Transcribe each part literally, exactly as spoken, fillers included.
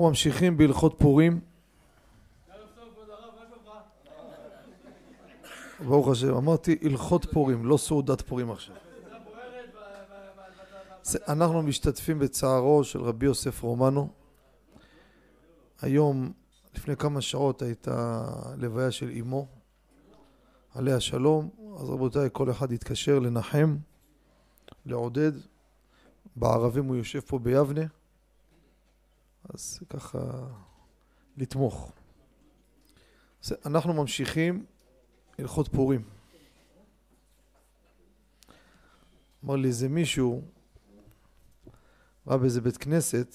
אנחנו ממשיכים בהלכות פורים. ברוך השם, אמרתי הלכות פורים, לא סעודת פורים עכשיו. אנחנו משתתפים בצערו של רבי יוסף רומנו. היום, לפני כמה שעות, הייתה לוויה של אמו, עליה שלום. אז רבותיי, כל אחד יתקשר לנחם, לעודד. בערבים הוא יושב פה ביבנה, אז ככה לתמוך. אנחנו ממשיכים הלכות פורים. אמר לי איזה מישהו, ראה באיזה בית כנסת,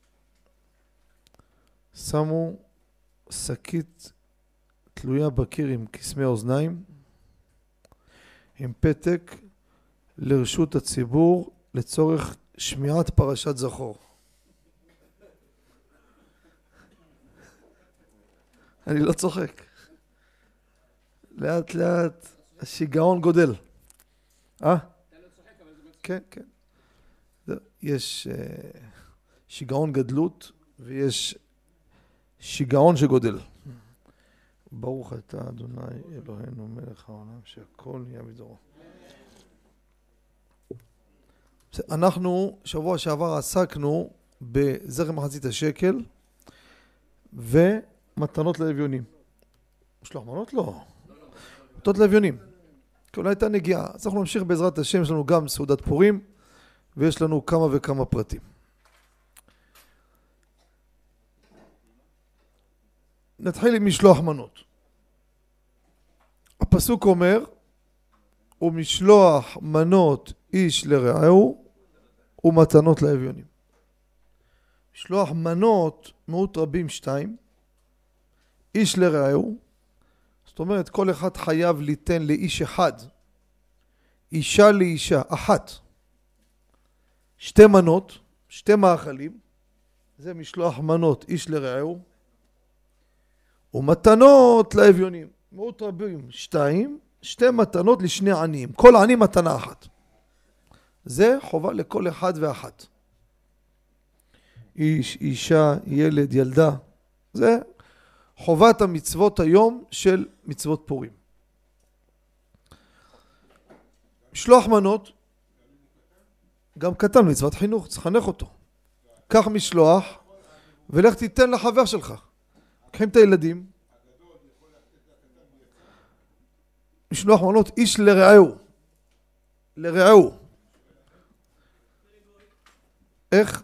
שמו שקית תלויה בקיר עם קסמי אוזניים, עם פתק לרשות הציבור לצורך שמיעת פרשת זכור. אני לא צוחק. לאט לאט השיגעון גודל. אה? כן, כן. יש שיגעון גדלות ויש שיגעון שגודל. ברוך אתה אדוני אלוהינו מלך העולם שהכל נהיה בדברו. אנחנו שבוע שעבר עסקנו בזרם מחצית השקל ומתנות לאביונים. משלוח מנות? לא. מתנות לאביונים. כי אולי הייתה נגיעה. אז אנחנו נמשיך בעזרת השם, יש לנו גם סעודת פורים ויש לנו כמה וכמה פרטים. נתחיל עם משלוח מנות. הפסוק אומר, ומשלוח מנות איש לרעהו ומתנות לאביונים. משלוח מנות מאות רבים שתיים, איש לרעהו, זאת אומרת כל אחד חייב ליתן לאיש אחד, אישה לאישה אחת, שתי מנות, שתי מאכלים, זה משלוח מנות איש לרעהו, ומתנות לאביונים, מאות רבים שתיים, שתי מתנות לשני עניים, כל עני מתנה אחת. זה חובה לכל אחד ואחת. איש, אישה, ילד, ילדה. זה חובת המצוות היום של מצוות פורים. משלוח מנות, גם קטן מצוות חינוך, צריך לחנך אותו. קח משלוח ולך תיתן לחבר שלך. קחים את הילדים. משלוח מנות איש לרעהו. לרעהו. איך?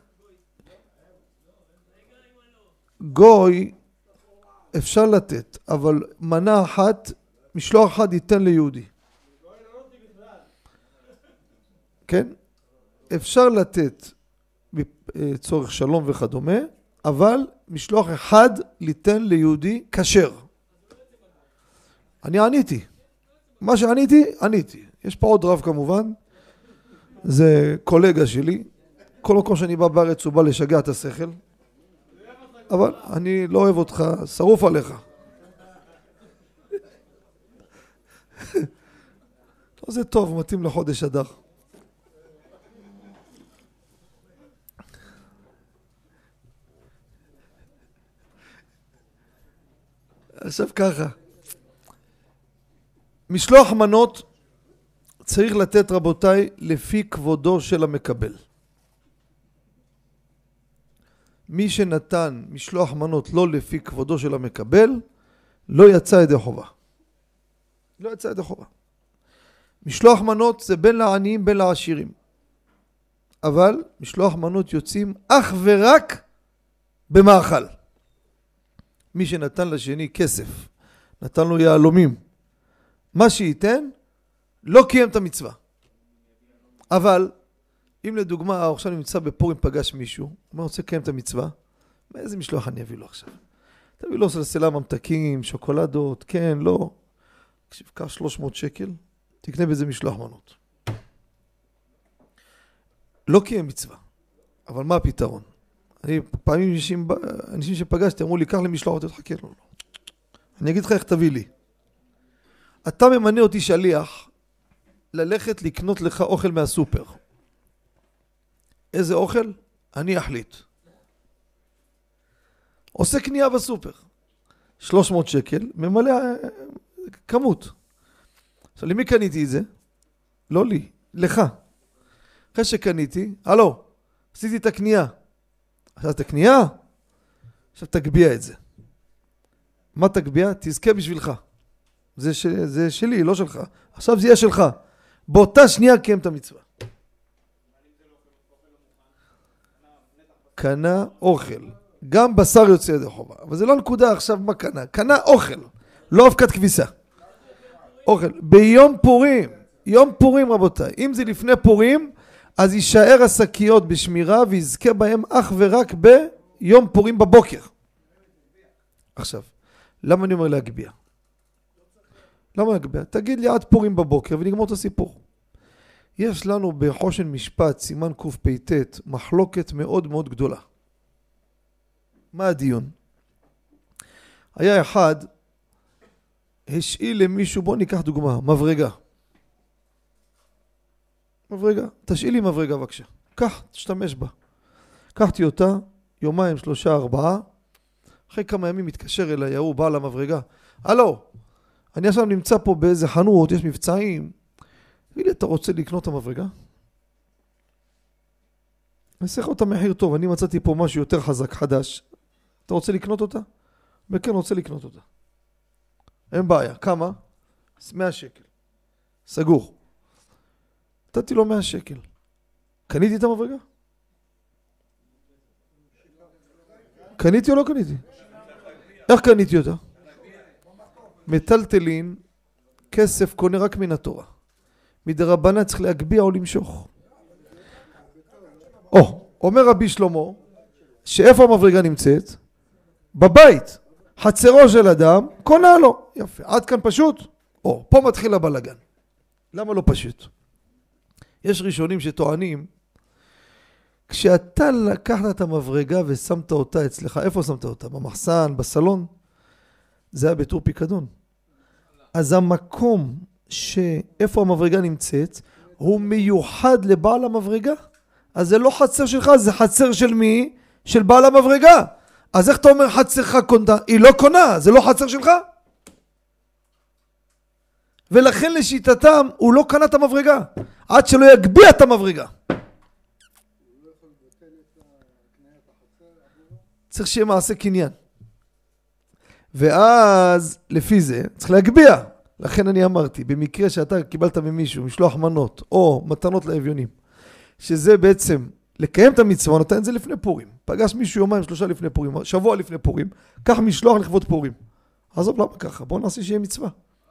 גוי אפשר לתת, אבל מנה אחת, משלוח אחד ייתן ליהודי. כן? אפשר לתת בצורך שלום וכדומה, אבל משלוח אחד ליתן ליהודי כשר. אני עניתי. מה שעניתי, עניתי. יש פה עוד רב כמובן. זה קולגה שלי. כל מקום שאני בא בארץ הוא בא לשגע את השכל. אבל אני לא אוהב אותך, שרוף עליך. לא, זה טוב, מתאים לחודש אדר. עכשיו ככה. משלוח מנות צריך לתת רבותיי לפי כבודו של המקבל. מי שנתן משלוח מנות לא לפי כבודו של המקבל, לא יצא ידי חובה. לא יצא ידי חובה. משלוח מנות זה בין לעניים בין לעשירים. אבל משלוח מנות יוצאים אך ורק במאכל. מי שנתן לשני כסף, נתן לו יהלומים, מה שייתן, לא קיים את המצווה. אבל אם לדוגמה, עכשיו נמצא בפורים פגש מישהו, הוא רוצה לקיים את המצווה, מאיזה משלוח אני אביא לו עכשיו? תביא לו סלסלה ממתקים, שוקולדות, כן, לא. תקשיב, קח שלוש מאות שקל, תקנה בזה משלוח מנות. לא קיים מצווה, אבל מה הפתרון? אני פעמים אנשים, אנשים שפגשתי אמרו לי, קח לי משלוח, תחכה לו. אני אגיד לך איך תביא לי. אתה ממנה אותי שליח ללכת לקנות לך אוכל מהסופר. איזה אוכל? אני אחליט. עושה קנייה בסופר. שלוש מאות שקל, ממלא כמות. עכשיו, למי קניתי את זה? לא לי, לך. אחרי שקניתי, הלו, עשיתי את הקנייה. עכשיו את הקנייה, עכשיו תגביע את זה. מה תגביע? תזכה בשבילך. זה, ש... זה שלי, לא שלך. עכשיו זה יהיה שלך. באותה שנייה קיים את המצווה. קנה אוכל. גם בשר יוצא ידי חובה. אבל זה לא נקודה עכשיו מה קנה. קנה אוכל. לא אבקת כביסה. אוכל. ביום פורים. יום פורים רבותיי. אם זה לפני פורים, אז יישאר השקיות בשמירה ויזכה בהם אך ורק ביום פורים בבוקר. עכשיו, למה אני אומר להגביע? למה להגביע? תגיד לי עד פורים בבוקר ונגמור את הסיפור. יש לנו בחושן משפט, סימן קפ"ט, מחלוקת מאוד מאוד גדולה. מה הדיון? היה אחד, השאיל למישהו, בוא ניקח דוגמה, מברגה. מברגה, תשאיל לי מברגה בבקשה. קח, תשתמש בה. קחתי אותה, יומיים, שלושה, ארבעה. אחרי כמה ימים מתקשר אליי, הוא בא למברגה. הלו, אני עכשיו נמצא פה באיזה חנות, יש מבצעים. תגיד לי, אתה רוצה לקנות את המברגה? אני אעשה לך אותה מחיר טוב, אני מצאתי פה משהו יותר חזק, חדש. אתה רוצה לקנות אותה? וכן, רוצה לקנות אותה. אין בעיה, כמה? מאה שקל. סגור. נתתי לו מאה שקל. קניתי את המברגה? קניתי או לא קניתי? איך קניתי אותה? מטלטלין, כסף קונה רק מן התורה. מדרבנן צריך להגביע או למשוך. או, אומר רבי שלמה, שאיפה המברגה נמצאת? בבית. חצרו של אדם, קונה לו. יפה, עד כאן פשוט? או, פה מתחיל הבלגן. למה לא פשוט? יש ראשונים שטוענים, כשאתה לקחת את המברגה ושמת אותה אצלך, איפה שמת אותה? במחסן, בסלון? זה היה בתור פיקדון. אז המקום שאיפה המברגה נמצאת, הוא מיוחד לבעל המברגה. אז זה לא חצר שלך, זה חצר של מי? של בעל המברגה. אז איך אתה אומר חצרך קונה? היא לא קונה, זה לא חצר שלך. ולכן לשיטתם הוא לא קנה את המברגה, עד שלא יגביע את המברגה. צריך שיהיה מעשה קניין. ואז לפי זה צריך להגביע. לכן אני אמרתי, במקרה שאתה קיבלת ממישהו משלוח מנות או מתנות לאביונים, שזה בעצם לקיים את המצווה, נותן את זה לפני פורים. פגש מישהו יומיים שלושה לפני פורים, שבוע לפני פורים, קח משלוח לכבוד פורים. עזוב, למה ככה? בוא נעשה שיהיה מצווה.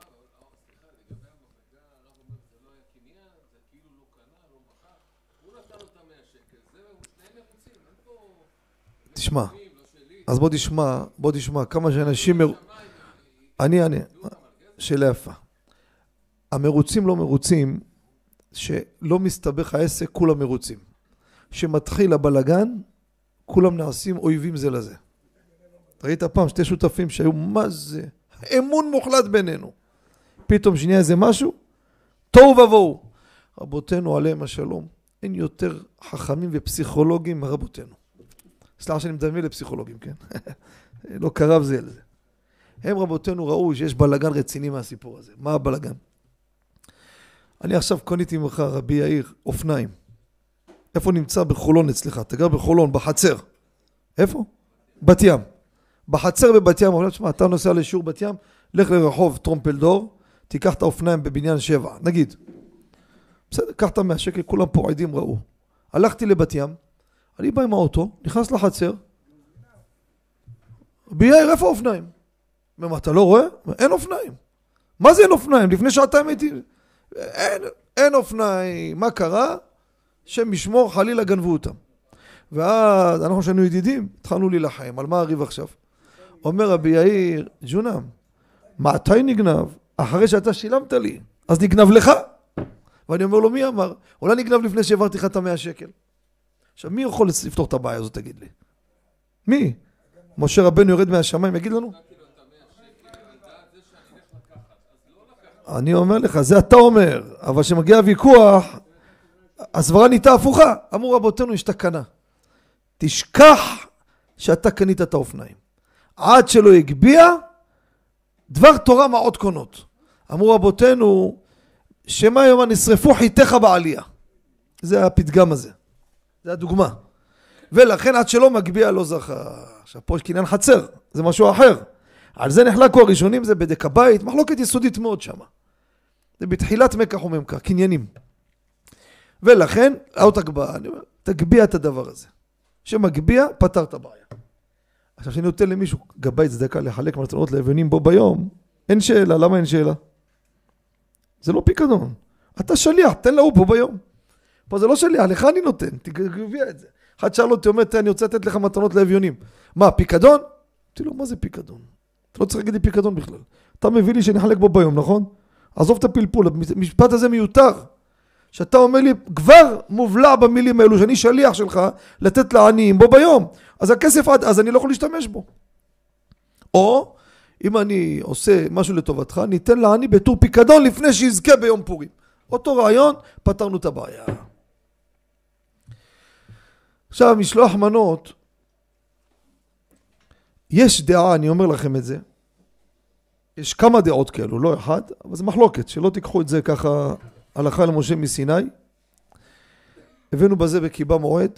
תשמע, אז בוא תשמע, בוא תשמע, כמה שאנשים... מר... אני, אני, שאלה יפה. המרוצים לא מרוצים, שלא מסתבך העסק, כולם מרוצים. שמתחיל הבלגן, כולם נעשים אויבים זה לזה. ראית פעם שתי שותפים שהיו מה זה? אמון מוחלט בינינו. פתאום שנייה איזה משהו, תוהו ובוהו. רבותינו עליהם השלום, אין יותר חכמים ופסיכולוגים מרבותינו. סליחה שאני מדמיין לפסיכולוגים, כן? לא קרב זה לזה. הם רבותינו ראו שיש בלגן רציני מהסיפור הזה. מה הבלגן? אני עכשיו קניתי ממך רבי יאיר אופניים. איפה נמצא? בחולון אצלך. אתה גר בחולון, בחצר. איפה? בת ים. בחצר בבת ים. אבל תשמע, אתה נוסע לשיעור בת ים, לך לרחוב טרומפלדור, תיקח את האופניים בבניין שבע. נגיד. בסדר, קח את המאה שקל, כולם פה עדים ראו. הלכתי לבת ים, אני בא עם האוטו, נכנס לחצר. רבי יאיר, איפה האופניים? מה, אתה לא רואה? אין אופניים. מה זה אין אופניים? לפני שעתיים הייתי... אין, אין אופניים. מה קרה? שם משמור, חלילה גנבו אותם. ואז אנחנו שהיינו ידידים, התחלנו להילחם. על מה הריב עכשיו? אומר רבי יאיר, ג'ונם, מתי נגנב? אחרי שאתה שילמת לי, אז נגנב לך. ואני אומר לו, מי אמר? אולי נגנב לפני שהעברתי לך את המאה שקל. עכשיו, מי יכול לפתור את הבעיה הזאת, תגיד לי? מי? משה רבנו יורד מהשמיים, יגיד לנו? אני אומר לך, זה אתה אומר, אבל שמגיע הוויכוח, הסברה נהייתה הפוכה. אמרו רבותינו, יש תקנה. תשכח שאתה קנית את האופניים. עד שלא יגביע, דבר תורה מעות קונות. אמרו רבותינו, שמה יום נשרפו חיתך בעלייה. זה הפתגם הזה. זה הדוגמה. ולכן עד שלא מגביע לא זכה. עכשיו פה יש קניין חצר, זה משהו אחר. על זה נחלקו הראשונים, זה בדק הבית, מחלוקת יסודית מאוד שם. זה בתחילת מקח וממכר, קניינים. ולכן, עוד הגבעה, אני אומר, תגביע את הדבר הזה. שמגביע, פתר את הבעיה. עכשיו שאני נותן למישהו גבאי צדקה לחלק מתנות לאבנים בו ביום, אין שאלה, למה אין שאלה? זה לא פיקדון. אתה שליח, תן לו בו ביום. פה זה לא שליח, לך אני נותן, תגביע את זה. אחד שאל אותי, אומר, אני רוצה לתת לך מתנות לאביונים. מה, פיקדון? אמרתי לו, מה זה פיקדון? אתה לא צריך להגיד לי פיקדון בכלל. אתה מביא לי שנחלק בו ביום, נכון? עזוב את הפלפול, המשפט הזה מיותר. שאתה אומר לי, כבר מובלע במילים האלו, שאני שליח שלך, לתת לעניים בו ביום. אז הכסף עד, אז אני לא יכול להשתמש בו. או, אם אני עושה משהו לטובתך, ניתן לעני בתור פיקדון לפני שיזכה ביום פורים. אותו רעיון, פתרנו את הבעיה. עכשיו, משלוח מנות, יש דעה, אני אומר לכם את זה, יש כמה דעות כאלו, לא אחד, אבל זה מחלוקת, שלא תיקחו את זה ככה הלכה למשה מסיני. הבאנו בזה בקיבה מועד,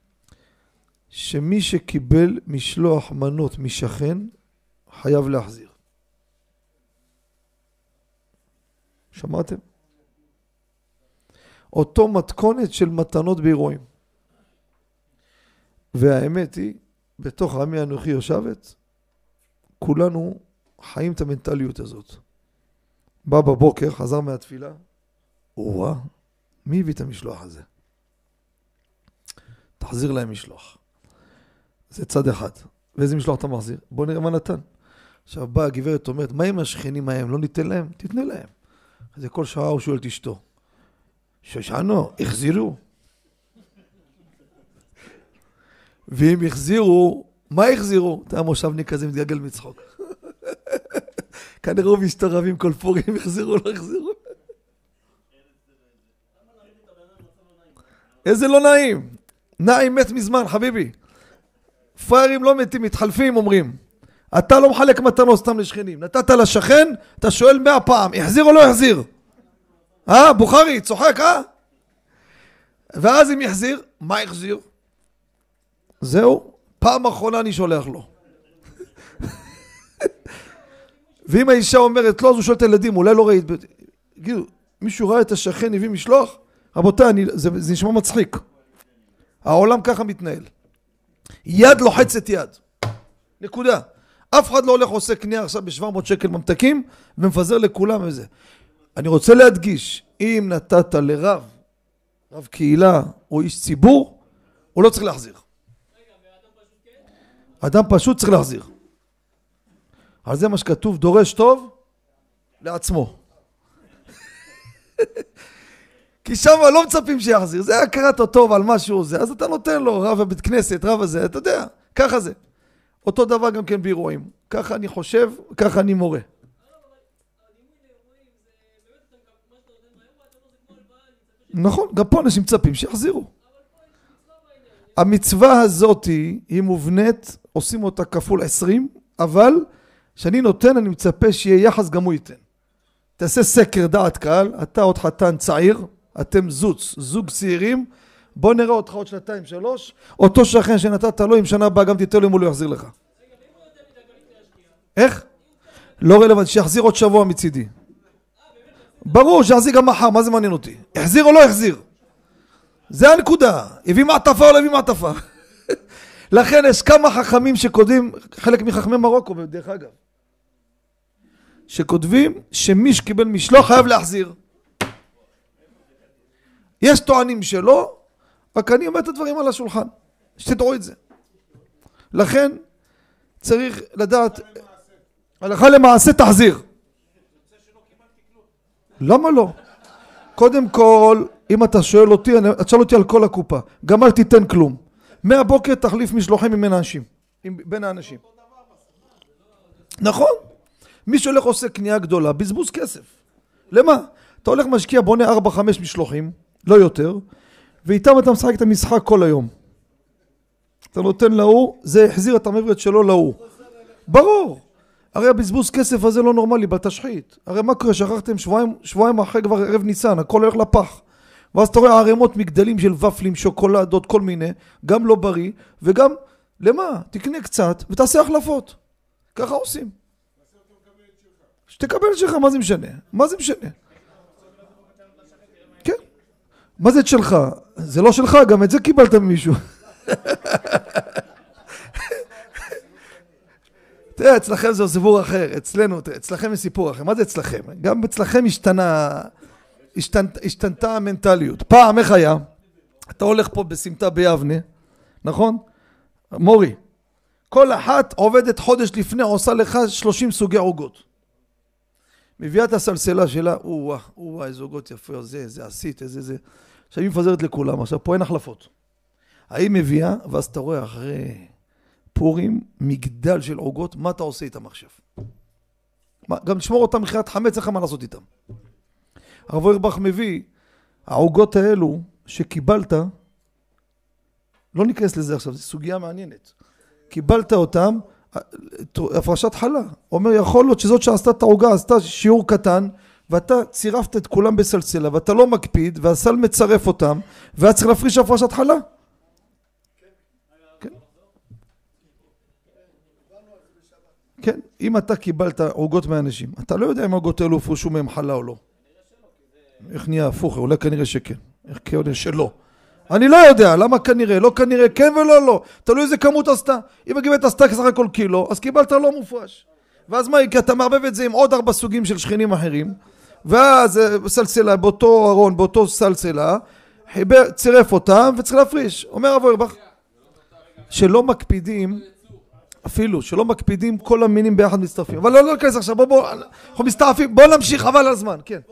שמי שקיבל משלוח מנות משכן, חייב להחזיר. שמעתם? אותו מתכונת של מתנות באירועים. והאמת היא, בתוך עמי אנוכי יושבת, כולנו חיים את המנטליות הזאת. בא בבוקר, חזר מהתפילה, וואה, מי הביא את המשלוח הזה? תחזיר להם משלוח. זה צד אחד. ואיזה משלוח אתה מחזיר? בוא נראה מה נתן. עכשיו באה הגברת אומרת, מה עם השכנים ההם? לא ניתן להם? תתנה להם. אז כל שעה הוא שואל את אשתו. שושנו, החזירו. ואם החזירו, מה החזירו? אתה המושבניק כזה מתגלגל מצחוק. כנראה הוא מסתרבים כל פורים, החזירו, לא החזירו. איזה לא נעים. נעים מת מזמן, חביבי. פיירים לא מתים, מתחלפים, אומרים. אתה לא מחלק מתנות סתם לשכנים. נתת לשכן, אתה שואל מאה פעם, החזיר או לא החזיר? אה, בוחרי, צוחק, אה? ואז אם יחזיר, מה יחזיר? זהו, פעם אחרונה אני שולח לו. ואם האישה אומרת, לא, אז הוא שואל את הילדים, אולי לא ראית. גידו, מישהו ראה את השכן, הביא משלוח? רבותיי, אני, זה, זה נשמע מצחיק. העולם ככה מתנהל. יד לוחצת יד. נקודה. אף אחד לא הולך עושה קנייה עכשיו ב-שבע מאות שקל ממתקים, ומפזר לכולם וזה. אני רוצה להדגיש, אם נתת לרב, רב קהילה או איש ציבור, הוא לא צריך להחזיר. אדם פשוט צריך להחזיר. על זה מה שכתוב, דורש טוב לעצמו. כי שם לא מצפים שיחזיר, זה הכרת הטוב על משהו זה, אז אתה נותן לו רב הבית כנסת, רב הזה, אתה יודע, ככה זה. אותו דבר גם כן באירועים, ככה אני חושב, ככה אני מורה. נכון, גם פה אנשים מצפים שיחזירו. המצווה הזאת היא מובנית, עושים אותה כפול עשרים, אבל שאני נותן, אני מצפה שיהיה יחס, גם הוא ייתן. תעשה סקר דעת קהל, אתה עוד חתן צעיר, אתם זוץ, זוג צעירים, בוא נראה אותך עוד שנתיים, שלוש, אותו שכן שנתת לו, עם שנה הבאה גם תיתן לו אם הוא לא יחזיר לך. איך? לא רלוונט, שיחזיר עוד שבוע מצידי. ברור, שיחזיר גם מחר, מה זה מעניין אותי? יחזיר או לא יחזיר? זה הנקודה, הביא מעטפה או לא הביא מעטפה. לכן יש כמה חכמים שכותבים, חלק מחכמי מרוקו, בדרך אגב, שכותבים שמי שקיבל משלוח חייב להחזיר. יש טוענים שלא, רק אני אומר את הדברים על השולחן, שתדעו את זה. לכן צריך לדעת, הלכה למעשה תחזיר. למה לא? קודם כל, אם אתה שואל אותי, אתה שואל אותי על כל הקופה, גם אל תיתן כלום. מהבוקר תחליף משלוחים בין האנשים, בין האנשים. נכון? מי שהולך עושה קנייה גדולה, בזבוז כסף. למה? אתה הולך משקיע, בונה ארבע חמש משלוחים, לא יותר, ואיתם אתה משחק את המשחק כל היום. אתה נותן להוא, זה החזיר את המברת שלו להוא. ברור. הרי הבזבוז כסף הזה לא נורמלי, בתשחית. הרי מה קורה? שכחתם שבועיים, שבועיים אחרי כבר ערב ניסן, הכל הולך לפח. ואז אתה רואה ערימות מגדלים של ופלים, שוקולדות, כל מיני, גם לא בריא, וגם, למה? תקנה קצת ותעשה החלפות. ככה עושים. שתקבל את שלך, מה זה משנה? מה זה משנה? כן. מה זה את שלך? זה לא שלך, גם את זה קיבלת ממישהו. תראה, אצלכם זה סיפור אחר, אצלנו, אצלכם זה סיפור אחר. מה זה אצלכם? גם אצלכם השתנה, השתנת, השתנתה המנטליות. פעם, איך היה? אתה הולך פה בסמטה ביבנה, נכון? מורי, כל אחת עובדת חודש לפני, עושה לך שלושים סוגי עוגות. מביאה את הסלסלה שלה, או-אה, או-אה, איזה עוגות יפה, זה, זה עשית, איזה, זה. עכשיו היא מפזרת לכולם, עכשיו פה אין החלפות. היא מביאה, ואז אתה רואה אחרי פורים, מגדל של עוגות, מה אתה עושה איתם עכשיו? מה, גם לשמור אותם מחיית חמץ, איך מה לעשות איתם? הרב אוירבך מביא, העוגות האלו שקיבלת, לא ניכנס לזה עכשיו, זו סוגיה מעניינת. קיבלת אותם, הפרשת חלה. אומר, יכול להיות שזאת שעשתה את העוגה, עשתה שיעור קטן, ואתה צירפת את כולם בסלסלה, ואתה לא מקפיד, והסל מצרף אותם, ואת צריך להפריש הפרשת חלה. כן. כן, אם אתה קיבלת עוגות מהאנשים, אתה לא יודע אם העוגות האלו הפרשו מהם חלה או לא. איך נהיה הפוך? אולי כנראה שכן. איך כנראה שלא. אני לא יודע, למה כנראה? לא כנראה, כן ולא לא. תלוי איזה כמות עשתה. אם הגיבת עשתה כסך הכל קילו, אז קיבלת לא מופרש. ואז מה, כי אתה מערבב את זה עם עוד ארבע סוגים של שכנים אחרים, ואז סלסלה, באותו ארון, באותו סלסלה, חיבר, צירף אותם וצריך להפריש. אומר רב אוירבך, שלא מקפידים, אפילו, שלא מקפידים, כל המינים ביחד מצטרפים. אבל לא, לא נכנס עכשיו, בוא, בוא, אנחנו מסתעפים, בוא נמשיך, אבל על הזמן, כן.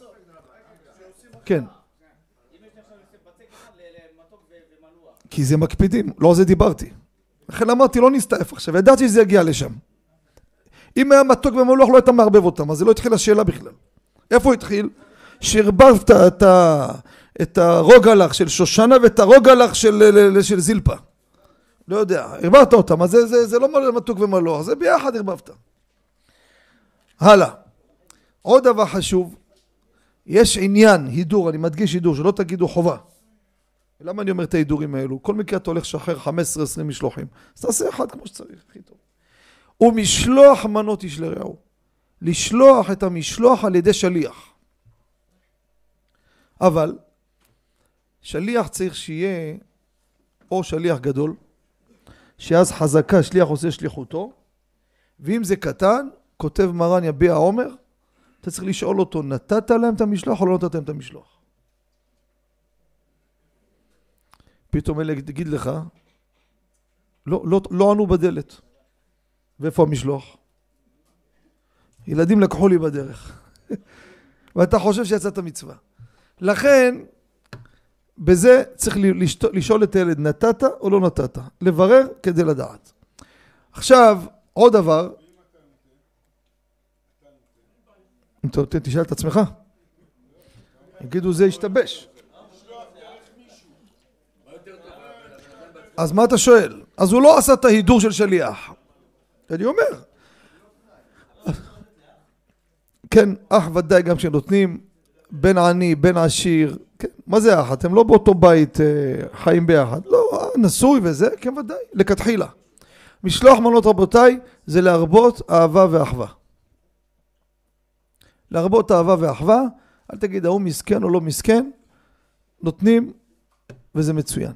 כן. כי זה מקפידים, לא על זה דיברתי. לכן אמרתי, לא נסתעף עכשיו, ידעתי שזה יגיע לשם. אם היה מתוק ומלוח, לא היית מערבב אותם, אז זה לא התחיל השאלה בכלל. איפה הוא התחיל? שהרבבת את, ה... את הרוגלח של שושנה ואת הרוגלח של, של זילפה. לא יודע, הרבבת אותם, אז זה, זה, זה לא מתוק ומלוח, זה ביחד הרבבת. הלאה. עוד דבר חשוב, יש עניין, הידור, אני מדגיש הידור, שלא תגידו חובה. למה אני אומר את ההידורים האלו? כל מקרה אתה הולך שחרר חמש עשרה עשרים משלוחים, אז תעשה אחד כמו שצריך, הכי טוב. ומשלוח מנות איש לרעהו. לשלוח את המשלוח על ידי שליח. אבל שליח צריך שיהיה או שליח גדול, שאז חזקה שליח עושה שליחותו, ואם זה קטן, כותב מרן יביע עומר, אתה צריך לשאול אותו, נתת להם את המשלוח או לא נתת להם את המשלוח? פתאום אלה תגיד לך, לא, לא, לא ענו בדלת. ואיפה המשלוח? ילדים לקחו לי בדרך. ואתה חושב שיצאת מצווה. לכן, בזה צריך לשאול את הילד, נתת או לא נתת? לברר כדי לדעת. עכשיו, עוד דבר. אם אתה נותן, תשאל את עצמך. יגידו, זה ישתבש. אז מה אתה שואל? אז הוא לא עשה את ההידור של שליח. אני אומר. כן, אח ודאי גם שנותנים בין עני, בין עשיר. כן, מה זה אח? אתם לא באותו בית חיים ביחד. לא, נשוי וזה, כן ודאי, לכתחילה. משלוח מנות רבותיי זה להרבות אהבה ואחווה. להרבות אהבה ואחווה, אל תגיד, הוא מסכן או לא מסכן, נותנים וזה מצוין.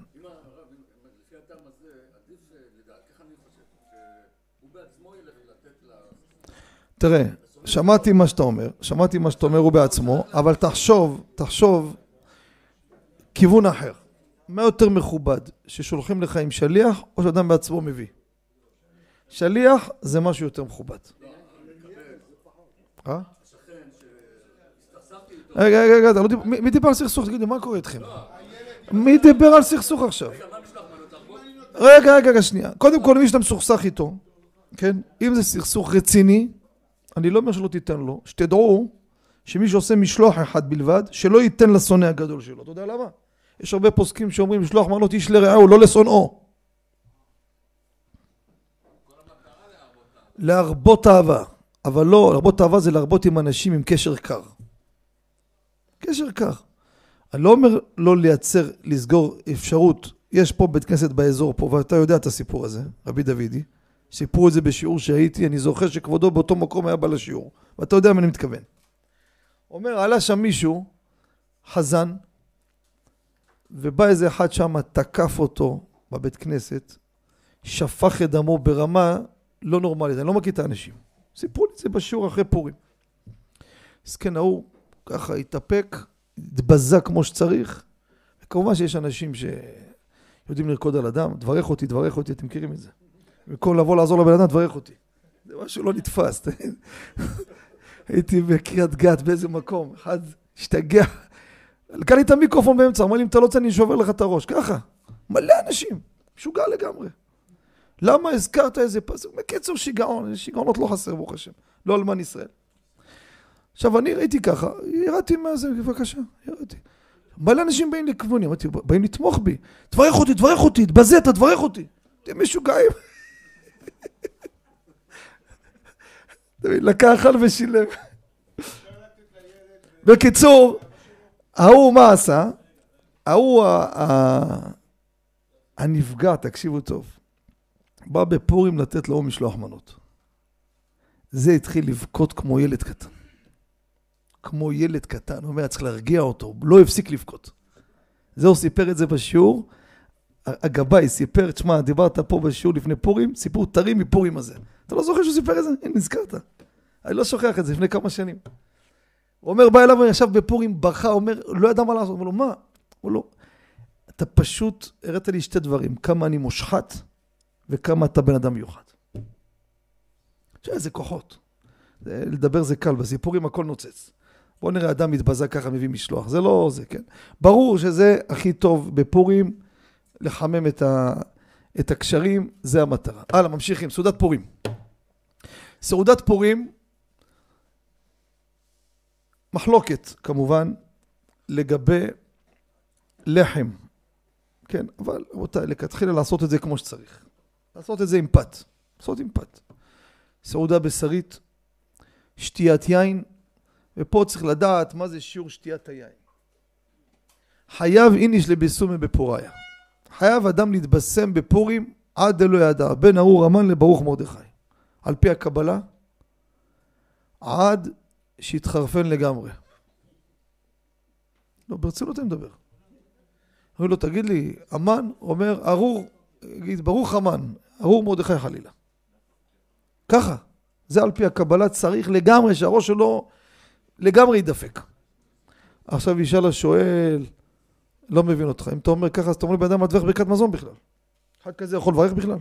תראה, שמעתי מה שאתה אומר, שמעתי מה שאתה אומר הוא בעצמו, אבל תחשוב, תחשוב כיוון אחר. מה יותר מכובד, ששולחים לך עם שליח או שאדם בעצמו מביא? שליח זה משהו יותר מכובד. אה? רגע, רגע, רגע, מי דיבר על סכסוך? תגידו, מה קורה איתכם? מי דיבר על סכסוך עכשיו? רגע, רגע, רגע, שנייה. קודם כל, מי שאתה מסוכסך איתו, כן? אם זה סכסוך רציני, אני לא אומר שלא תיתן לו, שתדעו שמי שעושה משלוח אחד בלבד, שלא ייתן לשונא הגדול שלו. אתה יודע למה? יש הרבה פוסקים שאומרים משלוח מנות איש לרעהו, לא לשונאו. להרבות אהבה, אבל לא, להרבות אהבה זה להרבות עם אנשים עם קשר קר. קשר קר. אני לא אומר לא לייצר, לסגור אפשרות. יש פה בית כנסת באזור פה, ואתה יודע את הסיפור הזה, רבי דוידי. סיפרו את זה בשיעור שהייתי, אני זוכר שכבודו באותו מקום היה בא לשיעור. ואתה יודע מה אני מתכוון. אומר, עלה שם מישהו, חזן, ובא איזה אחד שם, תקף אותו בבית כנסת, שפך את דמו ברמה לא נורמלית. אני לא מכיר את האנשים. סיפרו לי את זה בשיעור אחרי פורים. סכן ההוא, ככה התאפק, התבזה כמו שצריך. וכמובן שיש אנשים שיודעים לרקוד על אדם, דברך אותי, דברך אותי, אתם מכירים את זה. במקום לבוא לעזור לבן אדם, דברך אותי. זה משהו לא נתפס. הייתי בקריית גת באיזה מקום, אחד השתגע. לקח לי את המיקרופון באמצע, אמר לי, אם אתה לא רוצה, אני שובר לך את הראש. ככה, מלא אנשים, משוגע לגמרי. למה הזכרת איזה פס? בקיצור שיגעון, שיגעונות לא חסר ברוך השם, לא אלמן ישראל. עכשיו אני ראיתי ככה, ירדתי מהזה, בבקשה, ירדתי. מלא אנשים באים לכיווני, אמרתי, באים לתמוך בי, תברך אותי, תברך אותי, תבזה, תברך אותי. אתם משוגעים. לקח אכל ושילם. בקיצור, ההוא מה עשה? ההוא הנפגע, תקשיבו טוב. בא בפורים לתת לו משלוח מנות. זה התחיל לבכות כמו ילד קטן. כמו ילד קטן. הוא אומר, צריך להרגיע אותו. לא הפסיק לבכות. זהו סיפר את זה בשיעור. הגבאי סיפר, תשמע, דיברת פה בשיעור לפני פורים, סיפור טרי מפורים הזה. אתה לא זוכר שהוא סיפר את זה? הנה, נזכרת. אני לא שוכח את זה לפני כמה שנים. הוא אומר, בא אליו, ישב בפורים, בכה, אומר, לא ידע מה לעשות. הוא אומר לו, מה? הוא לא. אתה פשוט, הראת לי שתי דברים, כמה אני מושחת, וכמה אתה בן אדם מיוחד. איזה כוחות. זה, לדבר זה קל, בסיפורים הכל נוצץ. בוא נראה, אדם מתבזה ככה, מביא משלוח. זה לא זה, כן? ברור שזה הכי טוב בפורים, לחמם את, ה, את הקשרים, זה המטרה. הלאה, ממשיכים, סעודת פורים. סעודת פורים, מחלוקת, כמובן, לגבי לחם. כן, אבל רבותיי, לכתחילה לעשות את זה כמו שצריך. לעשות את זה עם פת. לעשות עם פת. סעודה בשרית, שתיית יין, ופה צריך לדעת מה זה שיעור שתיית היין. חייב איניש לביסומי בפוריה. חייב אדם להתבשם בפורים עד אלו ידע, בין ארור המן לברוך מרדכי. על פי הקבלה, עד שהתחרפן לגמרי. לא, ברצינות אני מדבר. אומר לו, תגיד לי, המן אומר, ארור, יגיד, ברוך המן, ארור מרדכי חלילה. ככה, זה על פי הקבלה צריך לגמרי, שהראש שלו לגמרי ידפק. עכשיו ישאל השואל, לא מבין אותך, אם אתה אומר ככה, אז אתה אומר לי, באדם מדווח ברכת מזון בכלל. אחד כזה יכול לברך בכלל.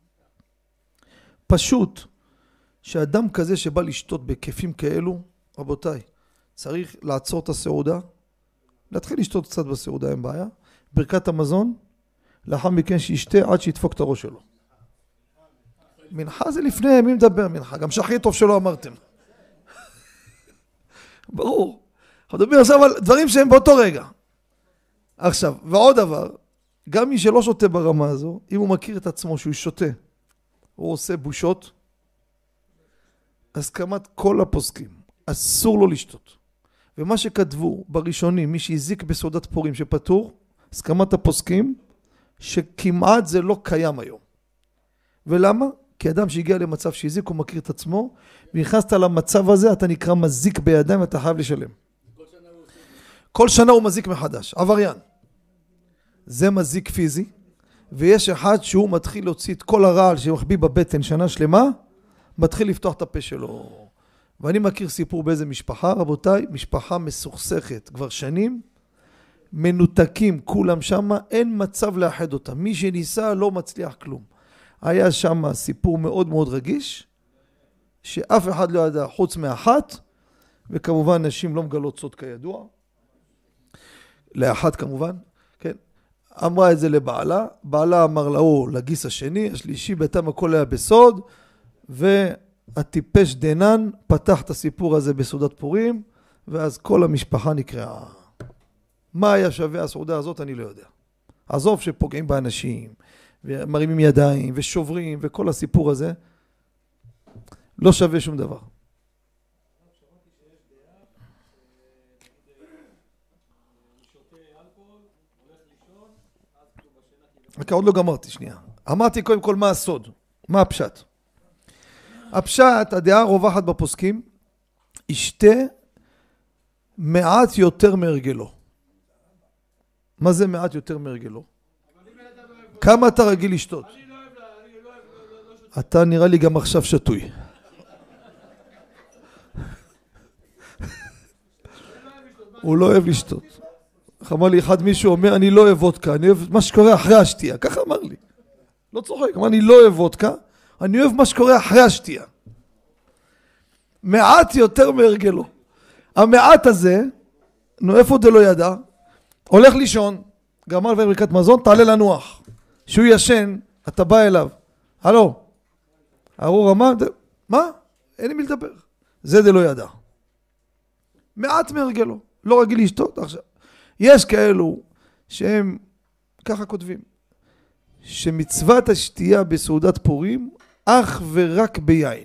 פשוט, שאדם כזה שבא לשתות בכיפים כאלו, רבותיי, צריך לעצור את הסעודה, להתחיל לשתות קצת בסעודה, אין בעיה, ברכת המזון, לאחר מכן שישתה עד שידפוק את הראש שלו. מנחה זה לפני, מי מדבר מנחה? גם שחרית טוב שלא אמרתם. ברור. אנחנו מדברים עכשיו על דברים שהם באותו רגע. עכשיו, ועוד דבר, גם מי שלא שותה ברמה הזו, אם הוא מכיר את עצמו שהוא שותה, הוא עושה בושות, הסכמת כל הפוסקים, אסור לו לשתות. ומה שכתבו בראשונים, מי שהזיק בסעודת פורים שפטור, הסכמת הפוסקים, שכמעט זה לא קיים היום. ולמה? כי אדם שהגיע למצב שהזיק, הוא מכיר את עצמו, ונכנסת למצב הזה, אתה נקרא מזיק בידיים, ואתה חייב לשלם. כל שנה הוא, כל שנה הוא מזיק מחדש, עבריין. זה מזיק פיזי, ויש אחד שהוא מתחיל להוציא את כל הרעל שמחביא בבטן שנה שלמה, מתחיל לפתוח את הפה שלו. ואני מכיר סיפור באיזה משפחה, רבותיי, משפחה מסוכסכת כבר שנים, מנותקים כולם שם, אין מצב לאחד אותם. מי שניסה לא מצליח כלום. היה שם סיפור מאוד מאוד רגיש, שאף אחד לא ידע חוץ מאחת, וכמובן נשים לא מגלות סוד כידוע, לאחת כמובן, כן. אמרה את זה לבעלה, בעלה אמר לה, לגיס השני, השלישי, ביתם הכל היה בסוד, והטיפש דנן פתח את הסיפור הזה בסעודת פורים, ואז כל המשפחה נקראה. מה היה שווה הסעודה הזאת אני לא יודע. עזוב שפוגעים באנשים, ומרימים ידיים, ושוברים, וכל הסיפור הזה. לא שווה שום דבר. רק עוד לא גמרתי, שנייה. אמרתי קודם כל מה הסוד, מה הפשט. הפשט, הדעה הרווחת בפוסקים, ישתה מעט יותר מהרגלו. מה זה מעט יותר מהרגלו? כמה אתה רגיל לשתות? אתה נראה לי גם עכשיו שטוי. הוא לא אוהב לשתות. אמר לי אחד מישהו אומר, אני לא אוהב וודקה, אני אוהב מה שקורה אחרי השתייה. ככה אמר לי. לא צוחק, אמר, אני לא אוהב וודקה, אני אוהב מה שקורה אחרי השתייה. מעט יותר מהרגלו. המעט הזה, נו איפה זה לא ידע? הולך לישון, גמר וברכת מזון, תעלה לנוח. שהוא ישן, אתה בא אליו. הלו, ארור אמר, מה? אין לי מי לדבר. זה זה לא ידע. מעט מהרגלו. לא רגיל לשתות עכשיו. יש כאלו שהם, ככה כותבים, שמצוות השתייה בסעודת פורים, אך ורק ביין.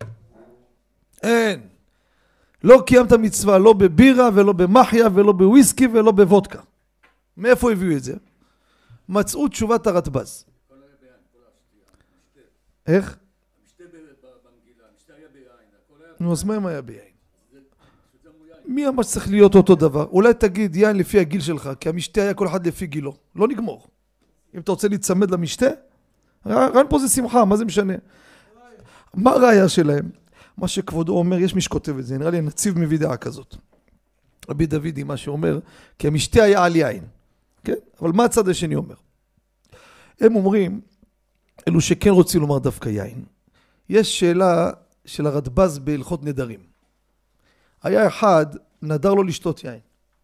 אין. לא קיימת מצווה, לא בבירה ולא במחיה ולא בוויסקי ולא בוודקה. מאיפה הביאו את זה? מצאו תשובת הרדב"ז. איך? נו, אז מה אם היה ביין? מי אמר שצריך להיות אותו דבר? אולי תגיד יין לפי הגיל שלך, כי המשתה היה כל אחד לפי גילו. לא נגמור. אם אתה רוצה להצמד למשתה, רעיון פה זה שמחה, מה זה משנה? מה הראיה שלהם? מה שכבודו אומר, יש מי שכותב את זה, נראה לי הנציב מביא דעה כזאת. רבי דודי, מה שאומר, כי המשתה היה על יין. כן? אבל מה הצד השני אומר? הם אומרים, אלו שכן רוצים לומר דווקא יין. יש שאלה של הרדב"ז בהלכות נדרים. היה אחד, נדר לו לשתות יין.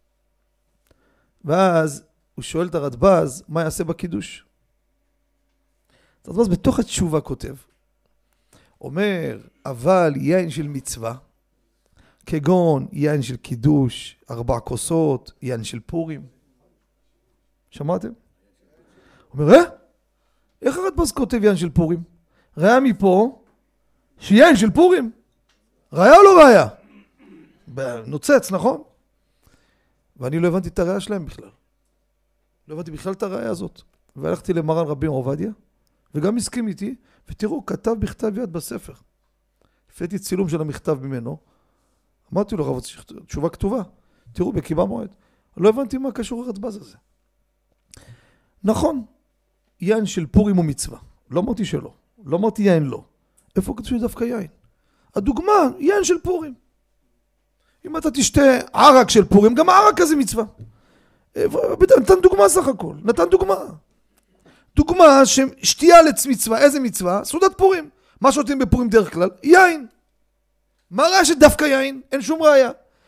ואז הוא שואל את הרדב"ז, מה יעשה בקידוש? הרדב"ז בתוך התשובה כותב, אומר, אבל יין של מצווה, כגון יין של קידוש, ארבע כוסות, יין של פורים. שמעתם? אומר, אה? איך הרדב"ז כותב יין של פורים? ראיה מפה, שיין של פורים. ראיה או לא ראיה? נוצץ, נכון? ואני לא הבנתי את הראיה שלהם בכלל. לא הבנתי בכלל את הראיה הזאת. והלכתי למרן רבי עובדיה, וגם הסכים איתי, ותראו, כתב בכתב יד בספר. לפייתי צילום של המכתב ממנו, אמרתי לו, רב, תשובה כתובה, תראו, בקיבה מועד. לא הבנתי מה קשור הרדב"ז הזה. נכון, יין של פורים הוא מצווה. לא אמרתי שלא. לא אמרתי יין לא. איפה כתוב דווקא יין? הדוגמה, יין של פורים. אם אתה תשתה ערק של פורים, גם הערק הזה מצווה. נתן דוגמה סך הכל, נתן דוגמה. דוגמה ששתייה למצווה, איזה מצווה? סעודת פורים. מה שותים בפורים דרך כלל? יין. מה ראיה שדווקא יין? אין שום ראיה.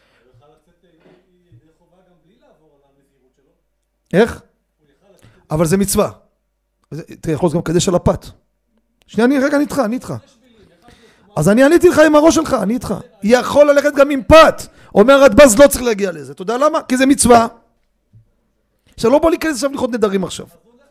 איך? אבל זה מצווה. אתה יכול גם קדש על הפת. שנייה, אני רגע, אני איתך, אני איתך. אז אני עניתי לך עם הראש שלך, אני איתך. יכול ללכת גם עם פת. אומר הרדב"ז לא צריך להגיע לזה. אתה יודע למה? כי זה מצווה. עכשיו לא בוא להיכנס עכשיו ללכות נדרים עכשיו.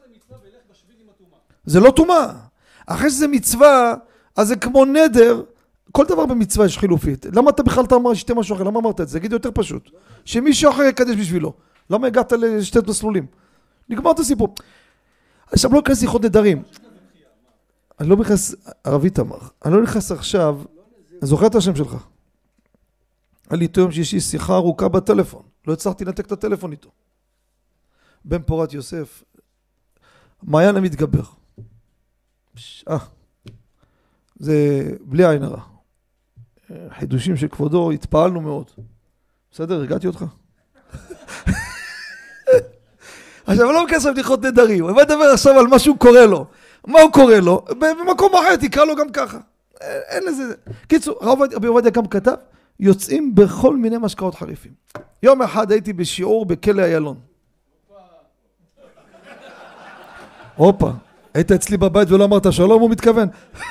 זה לא טומאה. אחרי שזה מצווה, אז זה כמו נדר. כל דבר במצווה יש חילופית. למה אתה בכלל אתה אמר שתי משהו אחר? למה אמרת את זה? תגיד יותר פשוט. שמישהו אחר יקדש בשבילו. למה הגעת לשתי מסלולים? נגמר את הסיפור. עכשיו לא נכנס ללכות נדרים. אני לא נכנס, ערבית אמר, אני לא נכנס עכשיו, אני זוכר את השם שלך. היה לי איתו יום שישי שיחה ארוכה בטלפון, לא הצלחתי לנתק את הטלפון איתו. בן פורת יוסף, מעיין המתגבר. אה, זה בלי עין הרע. חידושים של כבודו, התפעלנו מאוד. בסדר, הרגעתי אותך? עכשיו לא מכנס לבדיחות נדרים, הוא מדבר עכשיו על מה שהוא קורא לו. מה הוא קורא לו? במקום אחר תקרא לו גם ככה. אין לזה. קיצור, רבי עובדיה גם כתב, יוצאים בכל מיני משקאות חריפים. יום אחד הייתי בשיעור בכלא איילון. הופה, היית אצלי בבית ולא אמרת שלום, הוא מתכוון.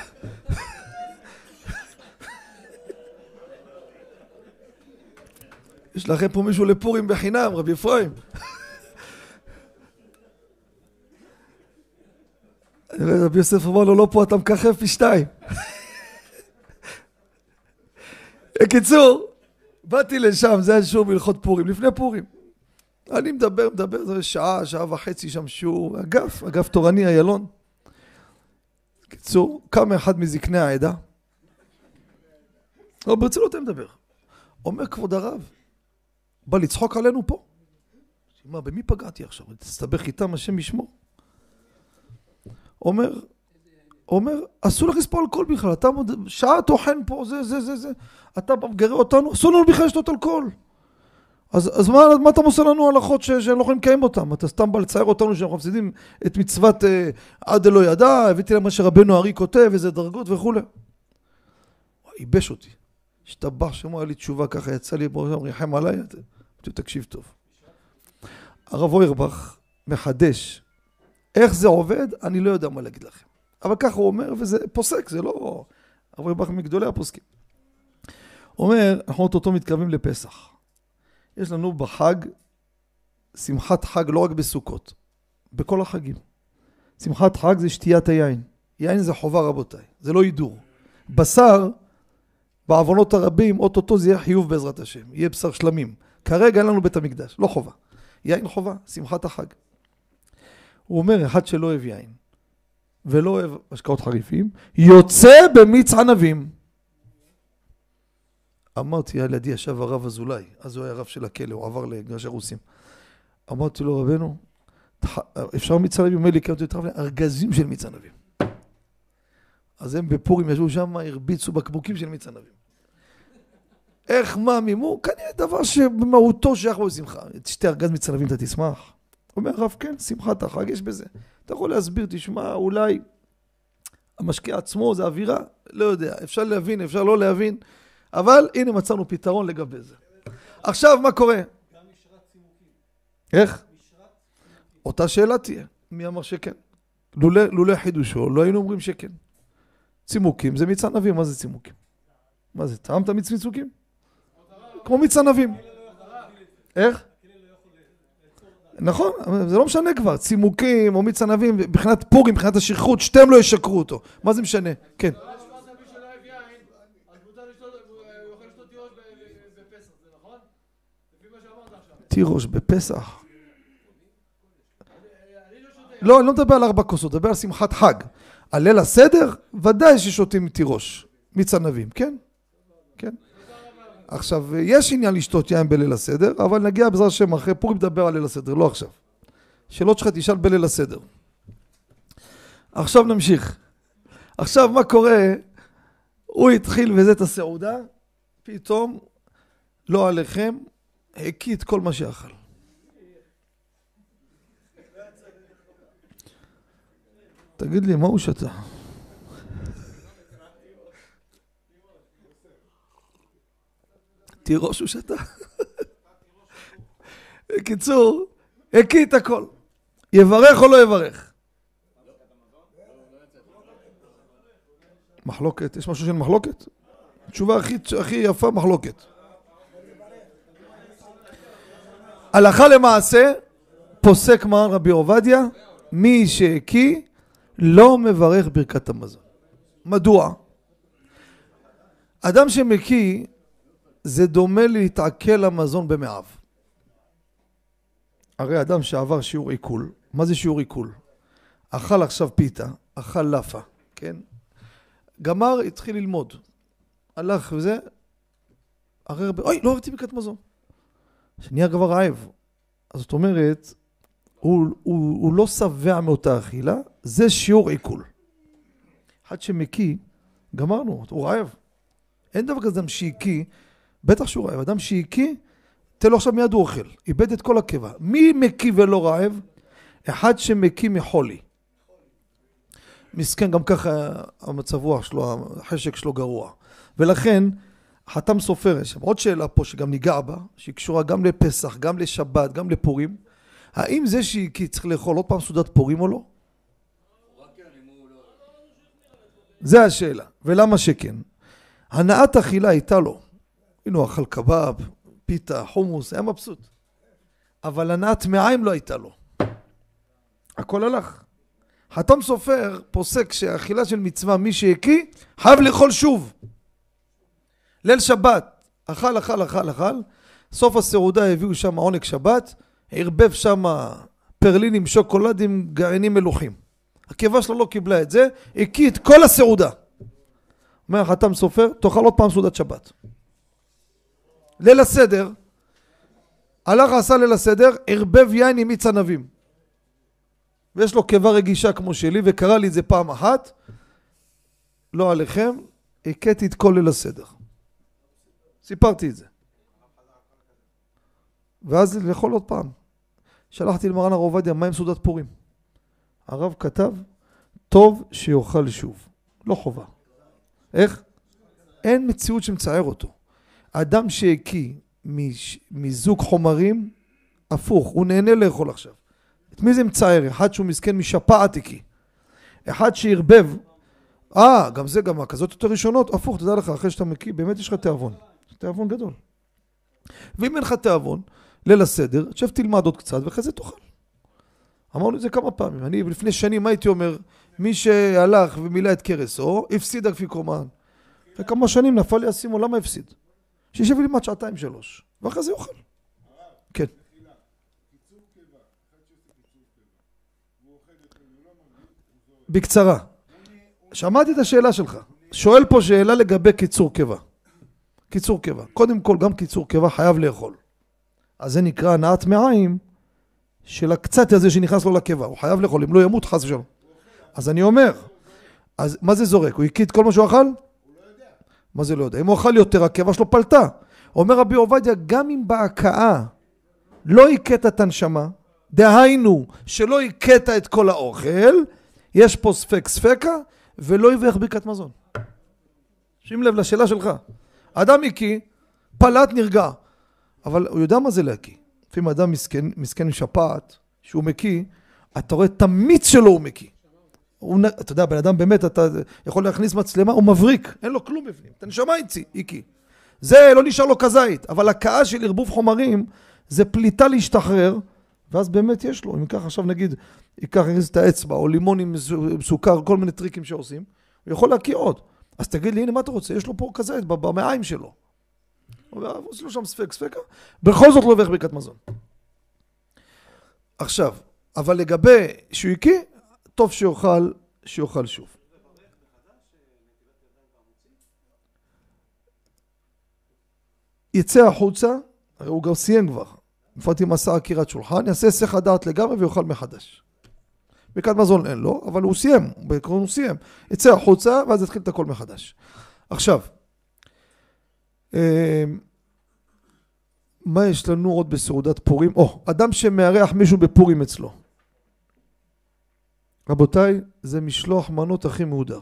יש לכם פה מישהו לפורים בחינם, רבי אפרים. רבי יוסף אמר לו, לא פה, אתה מככב פי שתיים. בקיצור, באתי לשם, זה היה שיעור בהלכות פורים, לפני פורים. אני מדבר, מדבר, זה שעה, שעה וחצי שם שיעור, אגף, אגף תורני, איילון. בקיצור, קם אחד מזקני העדה. לא, ברצינות הם מדבר. אומר כבוד הרב, בא לצחוק עלינו פה. מה, במי פגעתי עכשיו? תסתבך איתם, השם ישמור. אומר, אומר, אסור לך לספור אלכוהול בכלל, אתה שעה טוחן פה, זה, זה, זה, זה. אתה מגרה אותנו, אסור לנו בכלל לשתות אלכוהול. אז, אז מה, מה אתה מוסר לנו הלכות ש, שהם לא יכולים לקיים אותם? אתה סתם בא לצייר אותנו שאנחנו מפסידים את מצוות אה, עד אלוה ידע, הבאתי להם מה שרבנו ארי כותב, איזה דרגות וכו'. ייבש אותי. השתבח שמו, היה לי תשובה ככה, יצא לי בראשם, ריחם עליי, תקשיב טוב. הרב אוירבך מחדש, איך זה עובד, אני לא יודע מה להגיד לכם. אבל ככה הוא אומר, וזה פוסק, זה לא... הרב אוירבך מגדולי הפוסקים. הוא אומר, אנחנו אותו מתקרבים לפסח. יש לנו בחג, שמחת חג, לא רק בסוכות, בכל החגים. שמחת חג זה שתיית היין. יין זה חובה רבותיי, זה לא ידור. בשר, בעוונות הרבים, אוטוטו זה יהיה חיוב בעזרת השם, יהיה בשר שלמים. כרגע אין לנו בית המקדש, לא חובה. יין חובה, שמחת החג. הוא אומר, אחד שלא אוהב יין, ולא אוהב משקאות חריפים, יוצא במיץ ענבים. אמרתי, על ידי ישב הרב אזולאי, אז הוא היה רב של הכלא, הוא עבר לגרש הרוסים. אמרתי לו, רבנו, אפשר מיץ ענבים? אומר לי, כי אותי תרב לי, ארגזים של מיץ ענבים. אז הם בפורים ישבו שם, הרביצו בקבוקים של מיץ ענבים. איך, מה, מימו? כנראה דבר שבמהותו שייך בו שמחה. תשתה ארגז מיץ ענבים, אתה תשמח. אומר הרב, כן, שמחת החג, יש בזה. אתה יכול להסביר, תשמע, אולי המשקיע עצמו זה אווירה, לא יודע, אפשר להבין, אפשר לא להבין, אבל הנה מצאנו פתרון לגבי זה. עכשיו, מה קורה? גם משרת צימוקים. איך? אותה שאלה תהיה. מי אמר שכן? לולא חידושו, לא היינו אומרים שכן. צימוקים, זה מיץ ענבים, מה זה צימוקים? מה זה, טעמת מיץ מצוקים? כמו מיץ ענבים. איך? נכון, זה לא משנה כבר, צימוקים או מיץ ענבים, מבחינת פורים, מבחינת השכרות, שתיהם לא ישקרו אותו. מה זה משנה? כן. תירוש בפסח. לא, אני לא מדבר על ארבע כוסות, מדבר על שמחת חג. על ליל הסדר, ודאי ששותים תירוש, מיץ ענבים, כן? כן. עכשיו, יש עניין לשתות יין בליל הסדר, אבל נגיע בעזרת השם אחרי פורים לדבר על ליל הסדר, לא עכשיו. שאלות שלך תשאל בליל הסדר. עכשיו נמשיך. עכשיו מה קורה? הוא התחיל וזה את הסעודה, פתאום, לא עליכם, הקיא את כל מה שאכל. תגיד לי, מה הוא שתה? תירוש הוא שתה. בקיצור, הקיא את הכל. יברך או לא יברך? מחלוקת, יש משהו של מחלוקת? תשובה הכי, הכי יפה, מחלוקת. הלכה למעשה, פוסק מרן רבי עובדיה, מי שהקיא לא מברך ברכת המזון. מדוע? אדם שמקיא זה דומה להתעכל המזון במעיו. הרי אדם שעבר שיעור עיכול, מה זה שיעור עיכול? אכל עכשיו פיתה, אכל לפה, כן? גמר, התחיל ללמוד. הלך וזה, הרי הרבה, אוי, לא אהבתי ברכת מזון. שנהיה כבר רעב. אז זאת אומרת, הוא, הוא, הוא לא שבע מאותה אכילה, זה שיעור עיכול. אחד שמקיא, גמרנו, הוא רעב. אין דבר כזה אדם שהקיא, בטח שהוא רעב, אדם שהקיא, תן לו עכשיו מיד הוא אוכל, איבד את כל הקיבה. מי מקיא ולא רעב? אחד שמקיא מחולי. מסכן, גם ככה המצב רוח שלו, החשק שלו גרוע. ולכן, חתם סופר, יש עוד שאלה פה שגם ניגע בה, שהיא קשורה גם לפסח, גם לשבת, גם לפורים. האם זה שהקיא צריך לאכול עוד פעם סעודת פורים או לא? זה השאלה. ולמה שכן? הנעת אכילה הייתה לו. הנה הוא אכל קבב, פיתה, חומוס, היה מבסוט. אבל הנעת מעיים לא הייתה לו. הכל הלך. חתם סופר פוסק שהאכילה של מצווה, מי שהקיא, חייב לאכול שוב. ליל שבת, אכל, אכל, אכל, אכל, סוף הסעודה הביאו שם עונג שבת, הרבב שם פרלינים, שוקולדים, גרעינים מלוכים. הקיבה שלו לא קיבלה את זה, הקיא את כל הסעודה. אומר החתם סופר, תאכל עוד פעם סעודת שבת. ליל הסדר, הלך עשה ליל הסדר, הרבב יין עם מיץ ענבים. ויש לו קיבה רגישה כמו שלי, וקרא לי את זה פעם אחת, לא עליכם, הכיתי את כל ליל הסדר. סיפרתי את זה. ואז לאכול עוד פעם. שלחתי למרן הרב עובדיה, מה עם סעודת פורים? הרב כתב, טוב שיאכל שוב. לא חובה. איך? אין מציאות שמצער אותו. אדם שהקיא מזוג חומרים, הפוך, הוא נהנה לאכול עכשיו. את מי זה מצער? אחד שהוא מסכן משפעת הקיא. אחד שהרבב, אה, גם זה גם כזאת יותר ראשונות, הפוך, תדע לך, אחרי שאתה מקיא, באמת יש לך תיאבון. זה תיאבון גדול. ואם אין לך תיאבון, ליל הסדר, תשב תלמד עוד קצת, ואחרי זה תאכל. אמרנו את זה כמה פעמים. אני לפני שנים, מה הייתי אומר? מי שהלך ומילא את קרסו, הפסיד כפי קומן. אחרי כמה שנים נפל לי הסימון, למה הפסיד? שישב ללמד שעתיים שלוש, ואחרי זה יאכל. כן. בקצרה. שמעתי את השאלה שלך. שואל פה שאלה לגבי קיצור קיבה. קיצור קיבה. קודם כל, גם קיצור קיבה חייב לאכול. אז זה נקרא הנעת מעיים של הקצת הזה שנכנס לו לקיבה. הוא חייב לאכול, אם לא ימות חס ושלום. אז אני אומר, אז מה זה זורק? הוא הקיא את כל מה שהוא אכל? הוא לא יודע. מה זה לא יודע? אם הוא אכל יותר, הקיבה שלו פלטה. אומר רבי עובדיה, גם אם בהקאה לא הקאת את הנשמה, דהיינו שלא הקאת את כל האוכל, יש פה ספק ספקה, ולא יברך ברכת מזון. שים לב לשאלה שלך. אדם הקיא, פלט נרגע. אבל הוא יודע מה זה להקיא. לפעמים אדם מסכן, מסכן משפעת, שהוא מקיא, אתה רואה את המיץ שלו הוא מקיא. הוא, אתה יודע, בן אדם באמת, אתה יכול להכניס מצלמה, הוא מבריק, אין לו כלום בפנים. אתה נשמע איצי, איקי. זה לא נשאר לו כזית, אבל הקאה של ערבוב חומרים, זה פליטה להשתחרר, ואז באמת יש לו. אם ייקח עכשיו נגיד, ייקח את האצבע, או לימון עם סוכר, כל מיני טריקים שעושים, הוא יכול להקיא עוד. אז תגיד לי, הנה מה אתה רוצה? יש לו פה כזית במעיים שלו. הוא עושה לו שם ספק, ספקה. בכל זאת לא יברך ברכת מזון. עכשיו, אבל לגבי שהוא יקיא, טוב שיאכל, שיאכל שוב. יצא החוצה, הרי הוא גם סיים כבר. מפרטים מסע עקירת שולחן, יעשה היסח הדעת לגמרי ויאכל מחדש. ברכת מזון אין לו, אבל הוא סיים, בעקרון הוא סיים. יצא החוצה ואז יתחיל את הכל מחדש. עכשיו, מה יש לנו עוד בסעודת פורים? או, אדם שמארח מישהו בפורים אצלו. רבותיי, זה משלוח מנות הכי מהודר.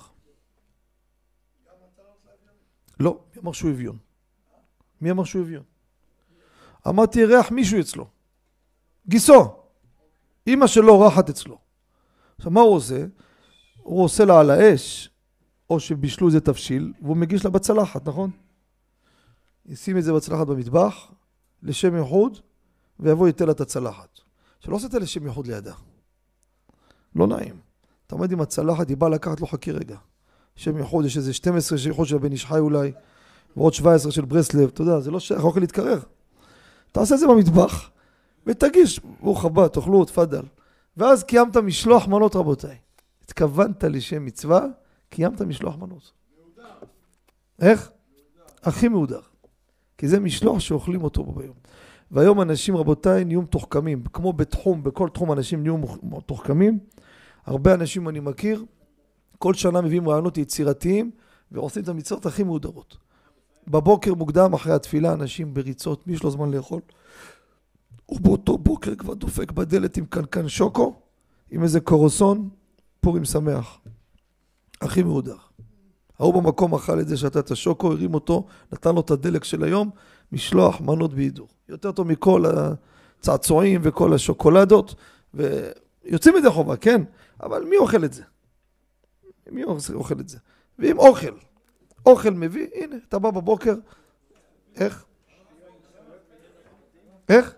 לא, מי אמר שהוא אביון? מי אמר שהוא אביון? אמרתי, ירח מישהו אצלו. גיסו. אמא שלו רחת אצלו. עכשיו, מה הוא עושה? הוא עושה לה על האש, או שבישלו איזה תבשיל, והוא מגיש לה בצלחת, נכון? ישים את זה בצלחת במטבח, לשם ייחוד, ויבוא ייתן לה את הצלחת. שלא עושה את זה לשם ייחוד לידה. לא נעים. אתה עומד עם הצלחת, היא באה לקחת לו חכי רגע. שם ייחוד, יש איזה שתים עשרה ייחוד של בן איש חי אולי, ועוד שבע עשרה של ברסלב, אתה יודע, זה לא שייך, אוכל להתקרר. תעשה את זה במטבח, ותגיש, ברוך הבא, תאכלו, תפדל. ואז קיימת משלוח מנות, רבותיי. התכוונת לשם מצווה, קיימת משלוח מנות. איך? הכי מהודר. כי זה משלוח שאוכלים אותו ביום. והיום אנשים, רבותיי, נהיו מתוחכמים. כמו בתחום, בכל תחום אנשים נהיו מתוחכמים. הרבה אנשים אני מכיר, כל שנה מביאים רעיונות יצירתיים, ועושים את המצוות הכי מהודרות. בבוקר מוקדם, אחרי התפילה, אנשים בריצות, מי יש לו זמן לאכול? ובאותו בוקר כבר דופק בדלת עם קנקן שוקו, עם איזה קורוסון, פורים שמח. הכי מהודר. ההוא במקום אכל את זה שאתה את השוקו, הרים אותו, נתן לו את הדלק של היום, משלוח מנות בהידור. יותר טוב מכל הצעצועים וכל השוקולדות, ויוצאים מזה חובה, כן? אבל מי אוכל את זה? מי אוכל את זה? ואם אוכל, אוכל מביא, הנה, אתה בא בבוקר, איך? איך?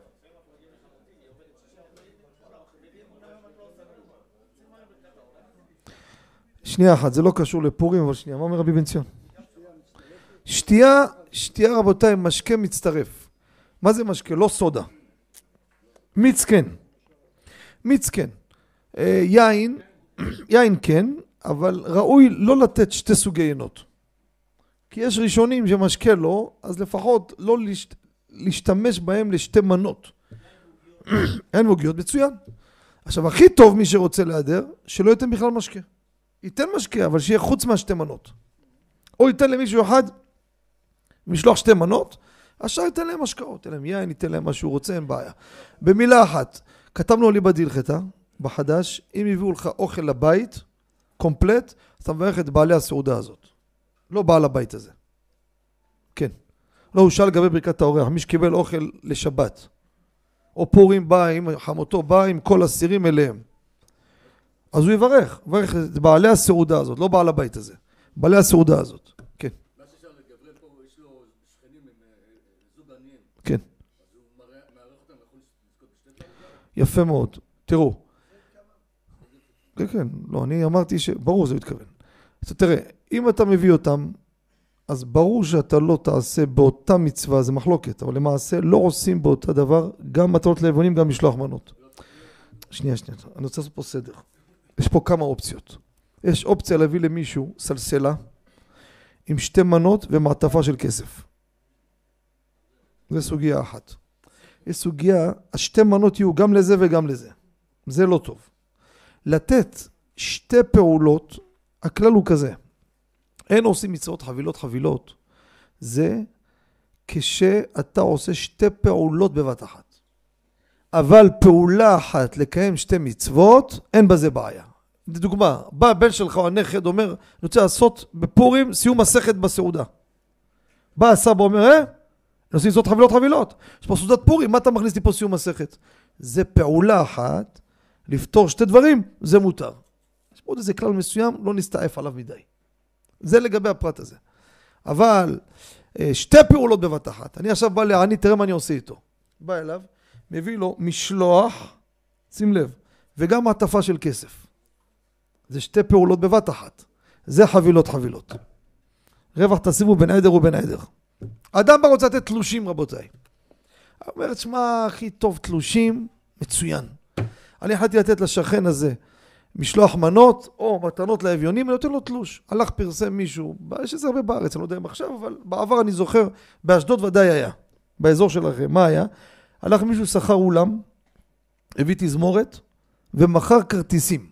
שנייה אחת, זה לא קשור לפורים, אבל שנייה, מה אומר רבי בן ציון? שתייה, שתייה רבותיי, משקה מצטרף. מה זה משקה? לא סודה. מיץ כן. מיץ כן. אה, יין, יין כן, אבל ראוי לא לתת שתי סוגי ינות. כי יש ראשונים שמשקה לא, אז לפחות לא להשת... להשתמש בהם לשתי מנות. אין מוגיות, מצוין. עכשיו, הכי טוב מי שרוצה להיעדר, שלא ייתן בכלל משקה. ייתן משקה, אבל שיהיה חוץ מהשתי מנות. או ייתן למישהו אחד משלוח שתי מנות, השאר ייתן להם משקאות, ייתן להם יין, ייתן להם מה שהוא רוצה, אין בעיה. במילה אחת, כתבנו לי בדילחתא, בחדש, אם יביאו לך אוכל לבית, קומפלט, אתה מברך את בעלי הסעודה הזאת. לא בעל הבית הזה. כן. לא, הוא שאל לגבי ברכת האורח, מי שקיבל אוכל לשבת. או פורים בא, עם חמותו בא עם כל הסירים אליהם. אז הוא יברך, יברך את בעלי הסעודה הזאת, לא בעל הבית הזה. בעלי הסעודה הזאת. כן. מה ששאל לגבריאל פה, יש לו שכנים עם זוג עניים. כן. אז הוא מערך אותם ויכול לזכות בשתי פעמים? יפה מאוד. תראו. כן, כן. לא, אני אמרתי שברור זה מתכוון. אז תראה, אם אתה מביא אותם, אז ברור שאתה לא תעשה באותה מצווה, זה מחלוקת, אבל למעשה לא עושים באותה דבר, גם מטרות ליוונים, גם משלוח מנות. שנייה, שנייה, אני רוצה לעשות פה סדר. יש פה כמה אופציות. יש אופציה להביא למישהו סלסלה, עם שתי מנות ומעטפה של כסף. זה סוגיה אחת. יש סוגיה, השתי מנות יהיו גם לזה וגם לזה. זה לא טוב. לתת שתי פעולות, הכלל הוא כזה. אין עושים מצוות חבילות חבילות. זה כשאתה עושה שתי פעולות בבת אחת. אבל פעולה אחת לקיים שתי מצוות, אין בזה בעיה. לדוגמה, בא הבן שלך או הנכד אומר, אני רוצה לעשות בפורים סיום מסכת בסעודה. בא הסבא אומר, אה? אני עושה מצוות חבילות חבילות. יש פה סעודת פורים, מה אתה מכניס לי פה סיום מסכת? זה פעולה אחת, לפתור שתי דברים, זה מותר. יש פה עוד איזה כלל מסוים, לא נסתעף עליו מדי. זה לגבי הפרט הזה. אבל שתי פעולות בבת אחת. אני עכשיו בא לעני, תראה מה אני עושה איתו. בא אליו, מביא לו משלוח, שים לב, וגם מעטפה של כסף. זה שתי פעולות בבת אחת. זה חבילות חבילות. רווח תשימו בין עדר ובין עדר. אדם בא רוצה לתת תלושים רבותיי. אומרת, שמה הכי טוב תלושים, מצוין. אני החלטתי לתת לשכן הזה משלוח מנות או מתנות לאביונים, אני נותן לו תלוש. הלך פרסם מישהו, יש איזה הרבה בארץ, אני לא יודע אם עכשיו, אבל בעבר אני זוכר, באשדוד ודאי היה, באזור שלכם, מה היה? הלך מישהו שכר אולם, הביא תזמורת, ומחר כרטיסים.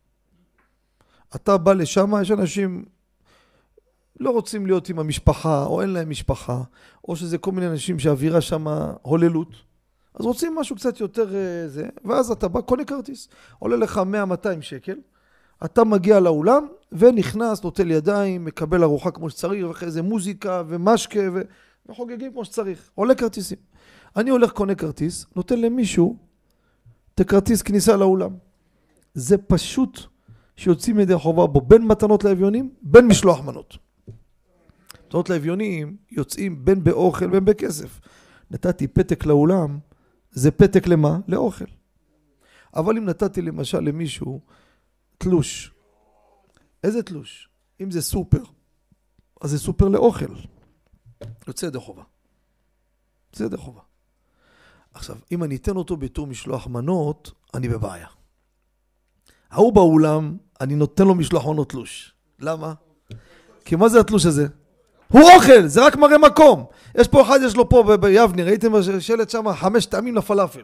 אתה בא לשם, יש אנשים לא רוצים להיות עם המשפחה, או אין להם משפחה, או שזה כל מיני אנשים שהאווירה שם הוללות, אז רוצים משהו קצת יותר זה, ואז אתה בא, קונה כרטיס, עולה לך מאה מאתיים שקל, אתה מגיע לאולם, ונכנס, נוטל ידיים, מקבל ארוחה כמו שצריך, ואחרי זה מוזיקה ומשקה, וחוגגים כמו שצריך, עולה כרטיסים. אני הולך קונה כרטיס, נותן למישהו את הכרטיס כניסה לאולם. זה פשוט שיוצאים ידי חובה בו, בין מתנות לאביונים, בין משלוח מנות. מתנות לאביונים יוצאים בין באוכל, בין בכסף. נתתי פתק לאולם, זה פתק למה? לאוכל. אבל אם נתתי למשל למישהו תלוש, איזה תלוש? אם זה סופר, אז זה סופר לאוכל. יוצא ידי חובה. יוצא ידי חובה. עכשיו, אם אני אתן אותו בתור משלוח מנות, אני בבעיה. ההוא באולם, אני נותן לו משלוח מנות תלוש. למה? כי מה זה התלוש הזה? הוא אוכל, זה רק מראה מקום. יש פה אחד, יש לו פה ביבני, ראיתם שלט שם חמש טעמים לפלאפל.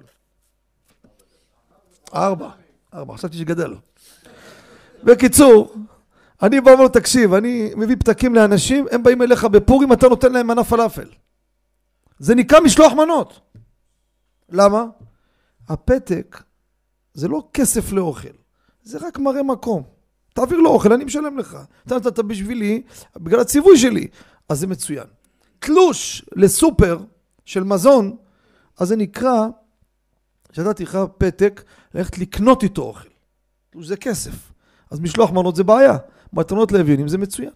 ארבע. ארבע, חשבתי שגדל. בקיצור, אני בא ואומר, תקשיב, אני מביא פתקים לאנשים, הם באים אליך בפורים, אתה נותן להם מנה פלאפל. זה נקרא משלוח מנות. למה? הפתק זה לא כסף לאוכל, זה רק מראה מקום. תעביר לו אוכל, אני משלם לך. אתה נתת בשבילי, בגלל הציווי שלי. אז זה מצוין. תלוש לסופר של מזון, אז זה נקרא, שנתתי לך פתק, ללכת לקנות איתו אוכל. תלוש זה כסף. אז משלוח מנות זה בעיה. מתנות לאביונים זה מצוין.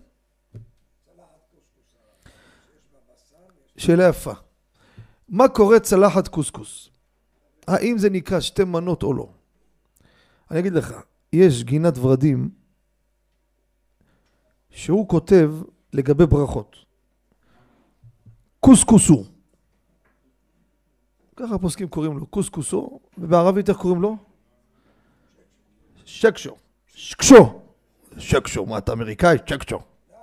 שאלה יפה. מה קורה צלחת קוסקוס? האם זה נקרא שתי מנות או לא? אני אגיד לך, יש גינת ורדים שהוא כותב לגבי ברכות. קוסקוסו. ככה הפוסקים קוראים לו, קוסקוסו, ובערבית איך קוראים לו? שקשו. שקשו. שקשו, מה אתה אמריקאי? שקשו.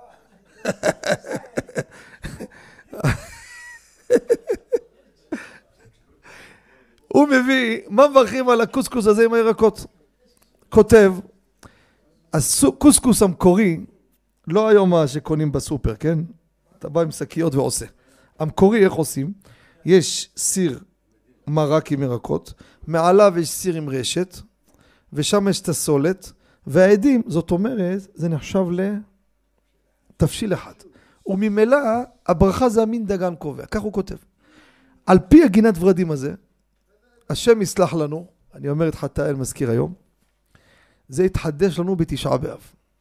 הוא מביא, מה מברכים על הקוסקוס הזה עם הירקות? כותב, הקוסקוס המקורי, לא היום מה שקונים בסופר, כן? אתה בא עם שקיות ועושה. המקורי, איך עושים? יש סיר מרק עם ירקות, מעליו יש סיר עם רשת, ושם יש את הסולת, והעדים, זאת אומרת, זה נחשב לתבשיל אחד. וממילא, הברכה זה המין דגן קובע, כך הוא כותב. על פי הגינת ורדים הזה, השם יסלח לנו, אני אומר את חטא אל מזכיר היום, זה יתחדש לנו בתשעה באב.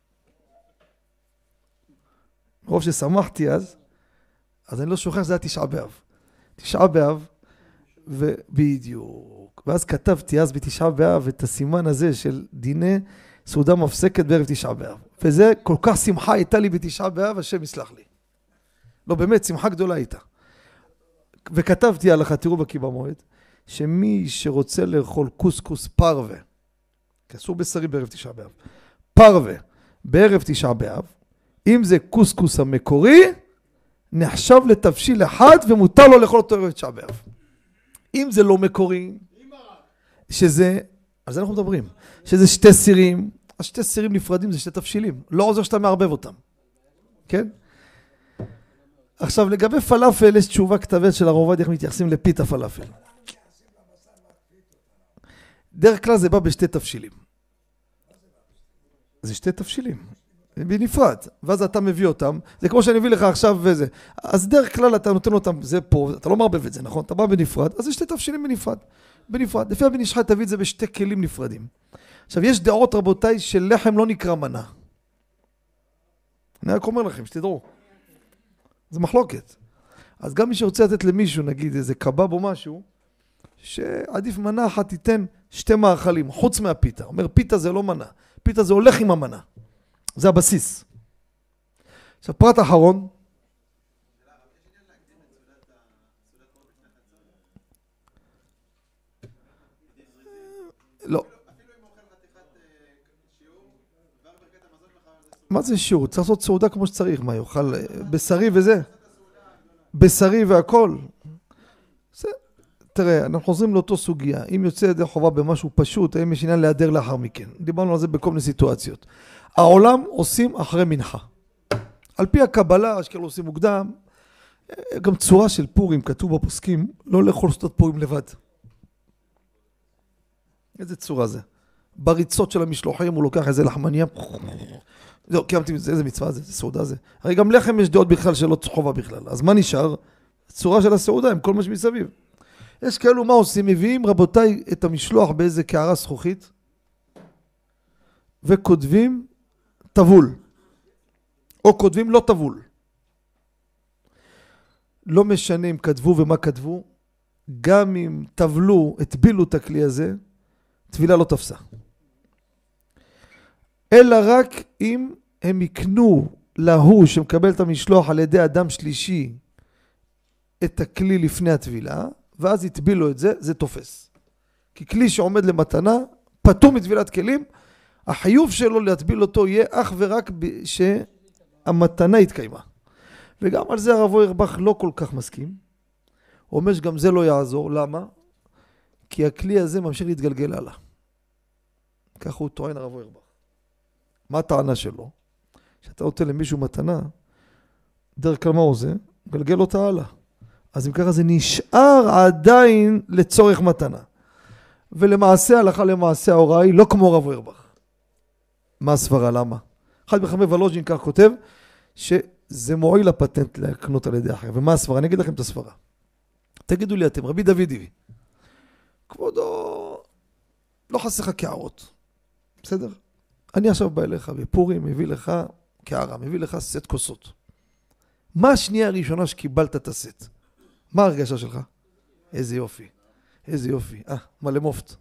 מרוב ששמחתי אז, אז אני לא שוכח שזה היה תשעה באב. תשעה באב, ובדיוק. ואז כתבתי אז בתשעה באב את הסימן הזה של דיני סעודה מפסקת בערב תשעה באב. וזה כל כך שמחה הייתה לי בתשעה באב, השם יסלח לי. לא, באמת, שמחה גדולה הייתה. וכתבתי עליך, תראו בקיבה מועד, שמי שרוצה לאכול קוסקוס פרווה, כי אסור בשרי בערב תשעה באב, פרווה בערב תשעה באב, אם זה קוסקוס המקורי, נחשב לתבשיל אחד ומותר לו לאכול אותו ערב תשעה באב. אם זה לא מקורי, שזה, על זה אנחנו מדברים, שזה שתי סירים, אז שתי סירים נפרדים זה שתי תבשילים, לא עוזר שאתה מערבב אותם, כן? עכשיו לגבי פלאפל יש תשובה כתבת של הרב עובדיה, איך מתייחסים לפיתה פלאפל. דרך כלל זה בא בשתי תבשילים. זה שתי תבשילים, בנפרד, ואז אתה מביא אותם, זה כמו שאני מביא לך עכשיו וזה. אז דרך כלל אתה נותן אותם, זה פה, אתה לא מערבב את זה, נכון? אתה בא בנפרד, אז זה שתי תבשילים בנפרד. בנפרד. לפי הבן איש חי תביא את זה בשתי כלים נפרדים. עכשיו, יש דעות רבותיי של לחם לא נקרא מנה. אני רק אומר לכם, שתדעו. זה מחלוקת. אז גם מי שרוצה לתת למישהו, נגיד איזה קבב או משהו, שעדיף מנה אחת תיתן שתי מאכלים, חוץ מהפיתה. אומר, פיתה זה לא מנה. פיתה זה הולך עם המנה. זה הבסיס. עכשיו, פרט אחרון. לא. מה זה שיעור? צריך לעשות סעודה כמו שצריך. מה, יאכל בשרי וזה? בשרי והכל. זה, תראה, אנחנו חוזרים לאותו סוגיה. אם יוצא ידי חובה במשהו פשוט, האם יש עניין להיעדר לאחר מכן. דיברנו על זה בכל מיני סיטואציות. העולם עושים אחרי מנחה. על פי הקבלה, שכאילו עושים מוקדם, גם צורה של פורים, כתוב בפוסקים, לא לאכול סעודת פורים לבד. איזה צורה זה? בריצות של המשלוחים הוא לוקח איזה לחמניה, זהו, קיימתי, איזה מצווה זה, זה סעודה זה. הרי גם לחם יש דעות בכלל שלא חובה בכלל. אז מה נשאר? הצורה של הסעודה עם כל מה שמסביב. יש כאלו מה עושים? מביאים רבותיי את המשלוח באיזה קערה זכוכית, וכותבים טבול, או כותבים לא טבול. לא משנה אם כתבו ומה כתבו, גם אם טבלו, הטבילו את הכלי הזה, תבילה לא תפסה. אלא רק אם הם יקנו להוא שמקבל את המשלוח על ידי אדם שלישי את הכלי לפני התבילה, ואז יטבילו את זה, זה תופס. כי כלי שעומד למתנה, פטור מטבילת כלים, החיוב שלו להטביל אותו יהיה אך ורק שהמתנה התקיימה. וגם על זה הרב אוירבך לא כל כך מסכים. הוא אומר שגם זה לא יעזור. למה? כי הכלי הזה ממשיך להתגלגל הלאה. ככה הוא טוען הרב אוירבך. מה הטענה שלו? שאתה נותן למישהו מתנה, דרך כלל מה הוא זה? גלגל אותה הלאה. אז אם ככה זה נשאר עדיין לצורך מתנה. ולמעשה, הלכה למעשה ההוראה היא לא כמו הרב אוירבך. מה הסברה? למה? אחד מחמי ולוז'ין כך כותב, שזה מועיל הפטנט להקנות על ידי אחר. ומה הסברה? אני אגיד לכם את הסברה. תגידו לי אתם, רבי דוידי, כבודו, לא חסר לך קערות. בסדר? אני עכשיו בא אליך בפורים, מביא לך קערה, מביא לך סט כוסות. מה השנייה הראשונה שקיבלת את הסט? מה הרגשה שלך? איזה יופי. איזה יופי. אה, מלא מופת.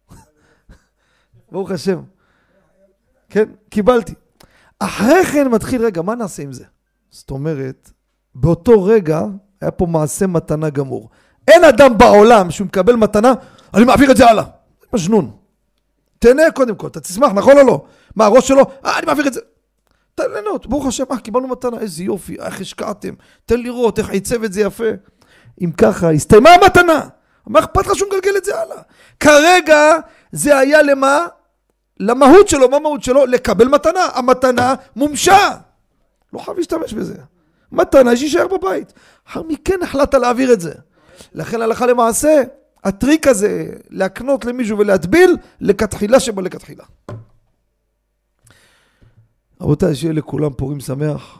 ברוך השם. כן, קיבלתי. אחרי כן מתחיל, רגע, מה נעשה עם זה? זאת אומרת, באותו רגע היה פה מעשה מתנה גמור. אין אדם בעולם שהוא מקבל מתנה, אני מעביר את זה הלאה. מג'נון. תהנה קודם כל, אתה תשמח, נכון או לא? מה, הראש שלו? אה, אני מעביר את זה. תן ליהנות, ברוך השם, אה, קיבלנו מתנה, איזה יופי, איך השקעתם, תן לראות, איך עיצב את זה יפה. אם ככה, הסתיימה המתנה. מה אכפת לך שהוא מגלגל את זה הלאה? כרגע זה היה למה? למהות שלו, מה המהות שלו? לקבל מתנה. המתנה מומשה. לא חייב להשתמש בזה. מתנה שישאר בבית. אחר מכן החלטת להעביר את זה. לכן הלכה למעשה, הטריק הזה, להקנות למישהו ולהטביל, לכתחילה שבא לכתחילה. רבותיי, שיהיה לכולם פורים שמח.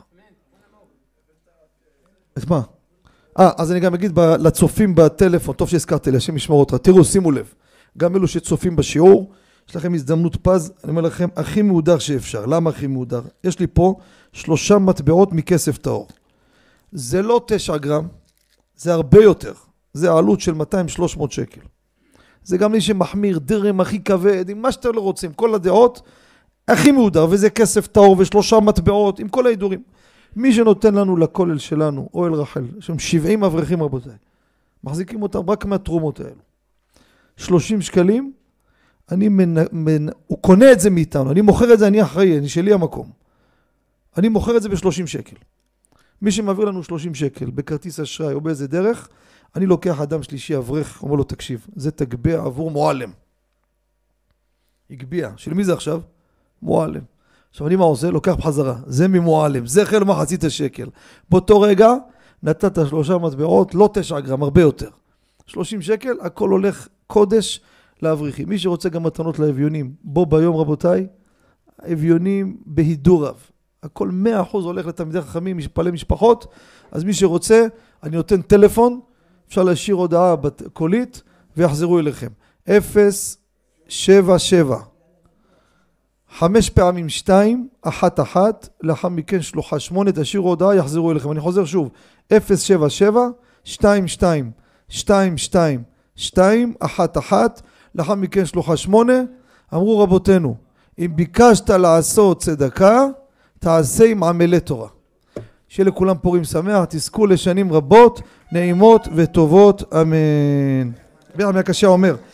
את מה? אה, אז אני גם אגיד לצופים בטלפון, טוב שהזכרתי לי, השם ישמור אותך. תראו, שימו לב, גם אלו שצופים בשיעור, יש לכם הזדמנות פז, אני אומר לכם, הכי מהודר שאפשר. למה הכי מהודר? יש לי פה שלושה מטבעות מכסף טהור. זה לא תשע גרם, זה הרבה יותר. זה העלות של מאתיים שלוש מאות שקל. זה גם מי שמחמיר, דרם הכי כבד, עם מה שאתם לא רוצים, כל הדעות, הכי מהודר, וזה כסף טהור ושלושה מטבעות, עם כל ההידורים. מי שנותן לנו לכולל שלנו, אוהל רחל, שם שבעים אברכים רבותיי, מחזיקים אותם רק מהתרומות האלו. שלושים שקלים, אני מנ... מנ... הוא קונה את זה מאיתנו, אני מוכר את זה, אני אחראי, אני שלי המקום. אני מוכר את זה ב-שלושים שקל. מי שמעביר לנו שלושים שקל בכרטיס אשראי או באיזה דרך, אני לוקח אדם שלישי אברך, אומר לו תקשיב, זה תגביה עבור מועלם. הגביה, של מי זה עכשיו? מועלם. עכשיו אני מה עושה? לוקח בחזרה, זה ממועלם, זה חל מחצית השקל. באותו רגע נתת שלושה מטבעות, לא תשע גרם, הרבה יותר. שלושים שקל, הכל הולך קודש לאברכים. מי שרוצה גם מתנות לאביונים, בוא ביום רבותיי, אביונים בהידור רב. הכל מאה אחוז הולך לתלמידי חכמים, משפלי משפחות, אז מי שרוצה, אני נותן טלפון, אפשר להשאיר הודעה קולית, ויחזרו אליכם. אפס שבע שבע חמש פעמים שתיים, אחת אחת, לאחר מכן שלוחה שמונה, תשאירו הודעה, יחזרו אליכם. אני חוזר שוב, אפס שבע שבע שתיים שתיים שתיים שתיים שתיים אחת אחת, לאחר מכן שלוחה שמונה. אמרו רבותינו, אם ביקשת לעשות צדקה, תעשה עם עמלי תורה. שיהיה לכולם פורים שמח, תזכו לשנים רבות, נעימות וטובות, אמן. רבי יחיא הקשה אומר,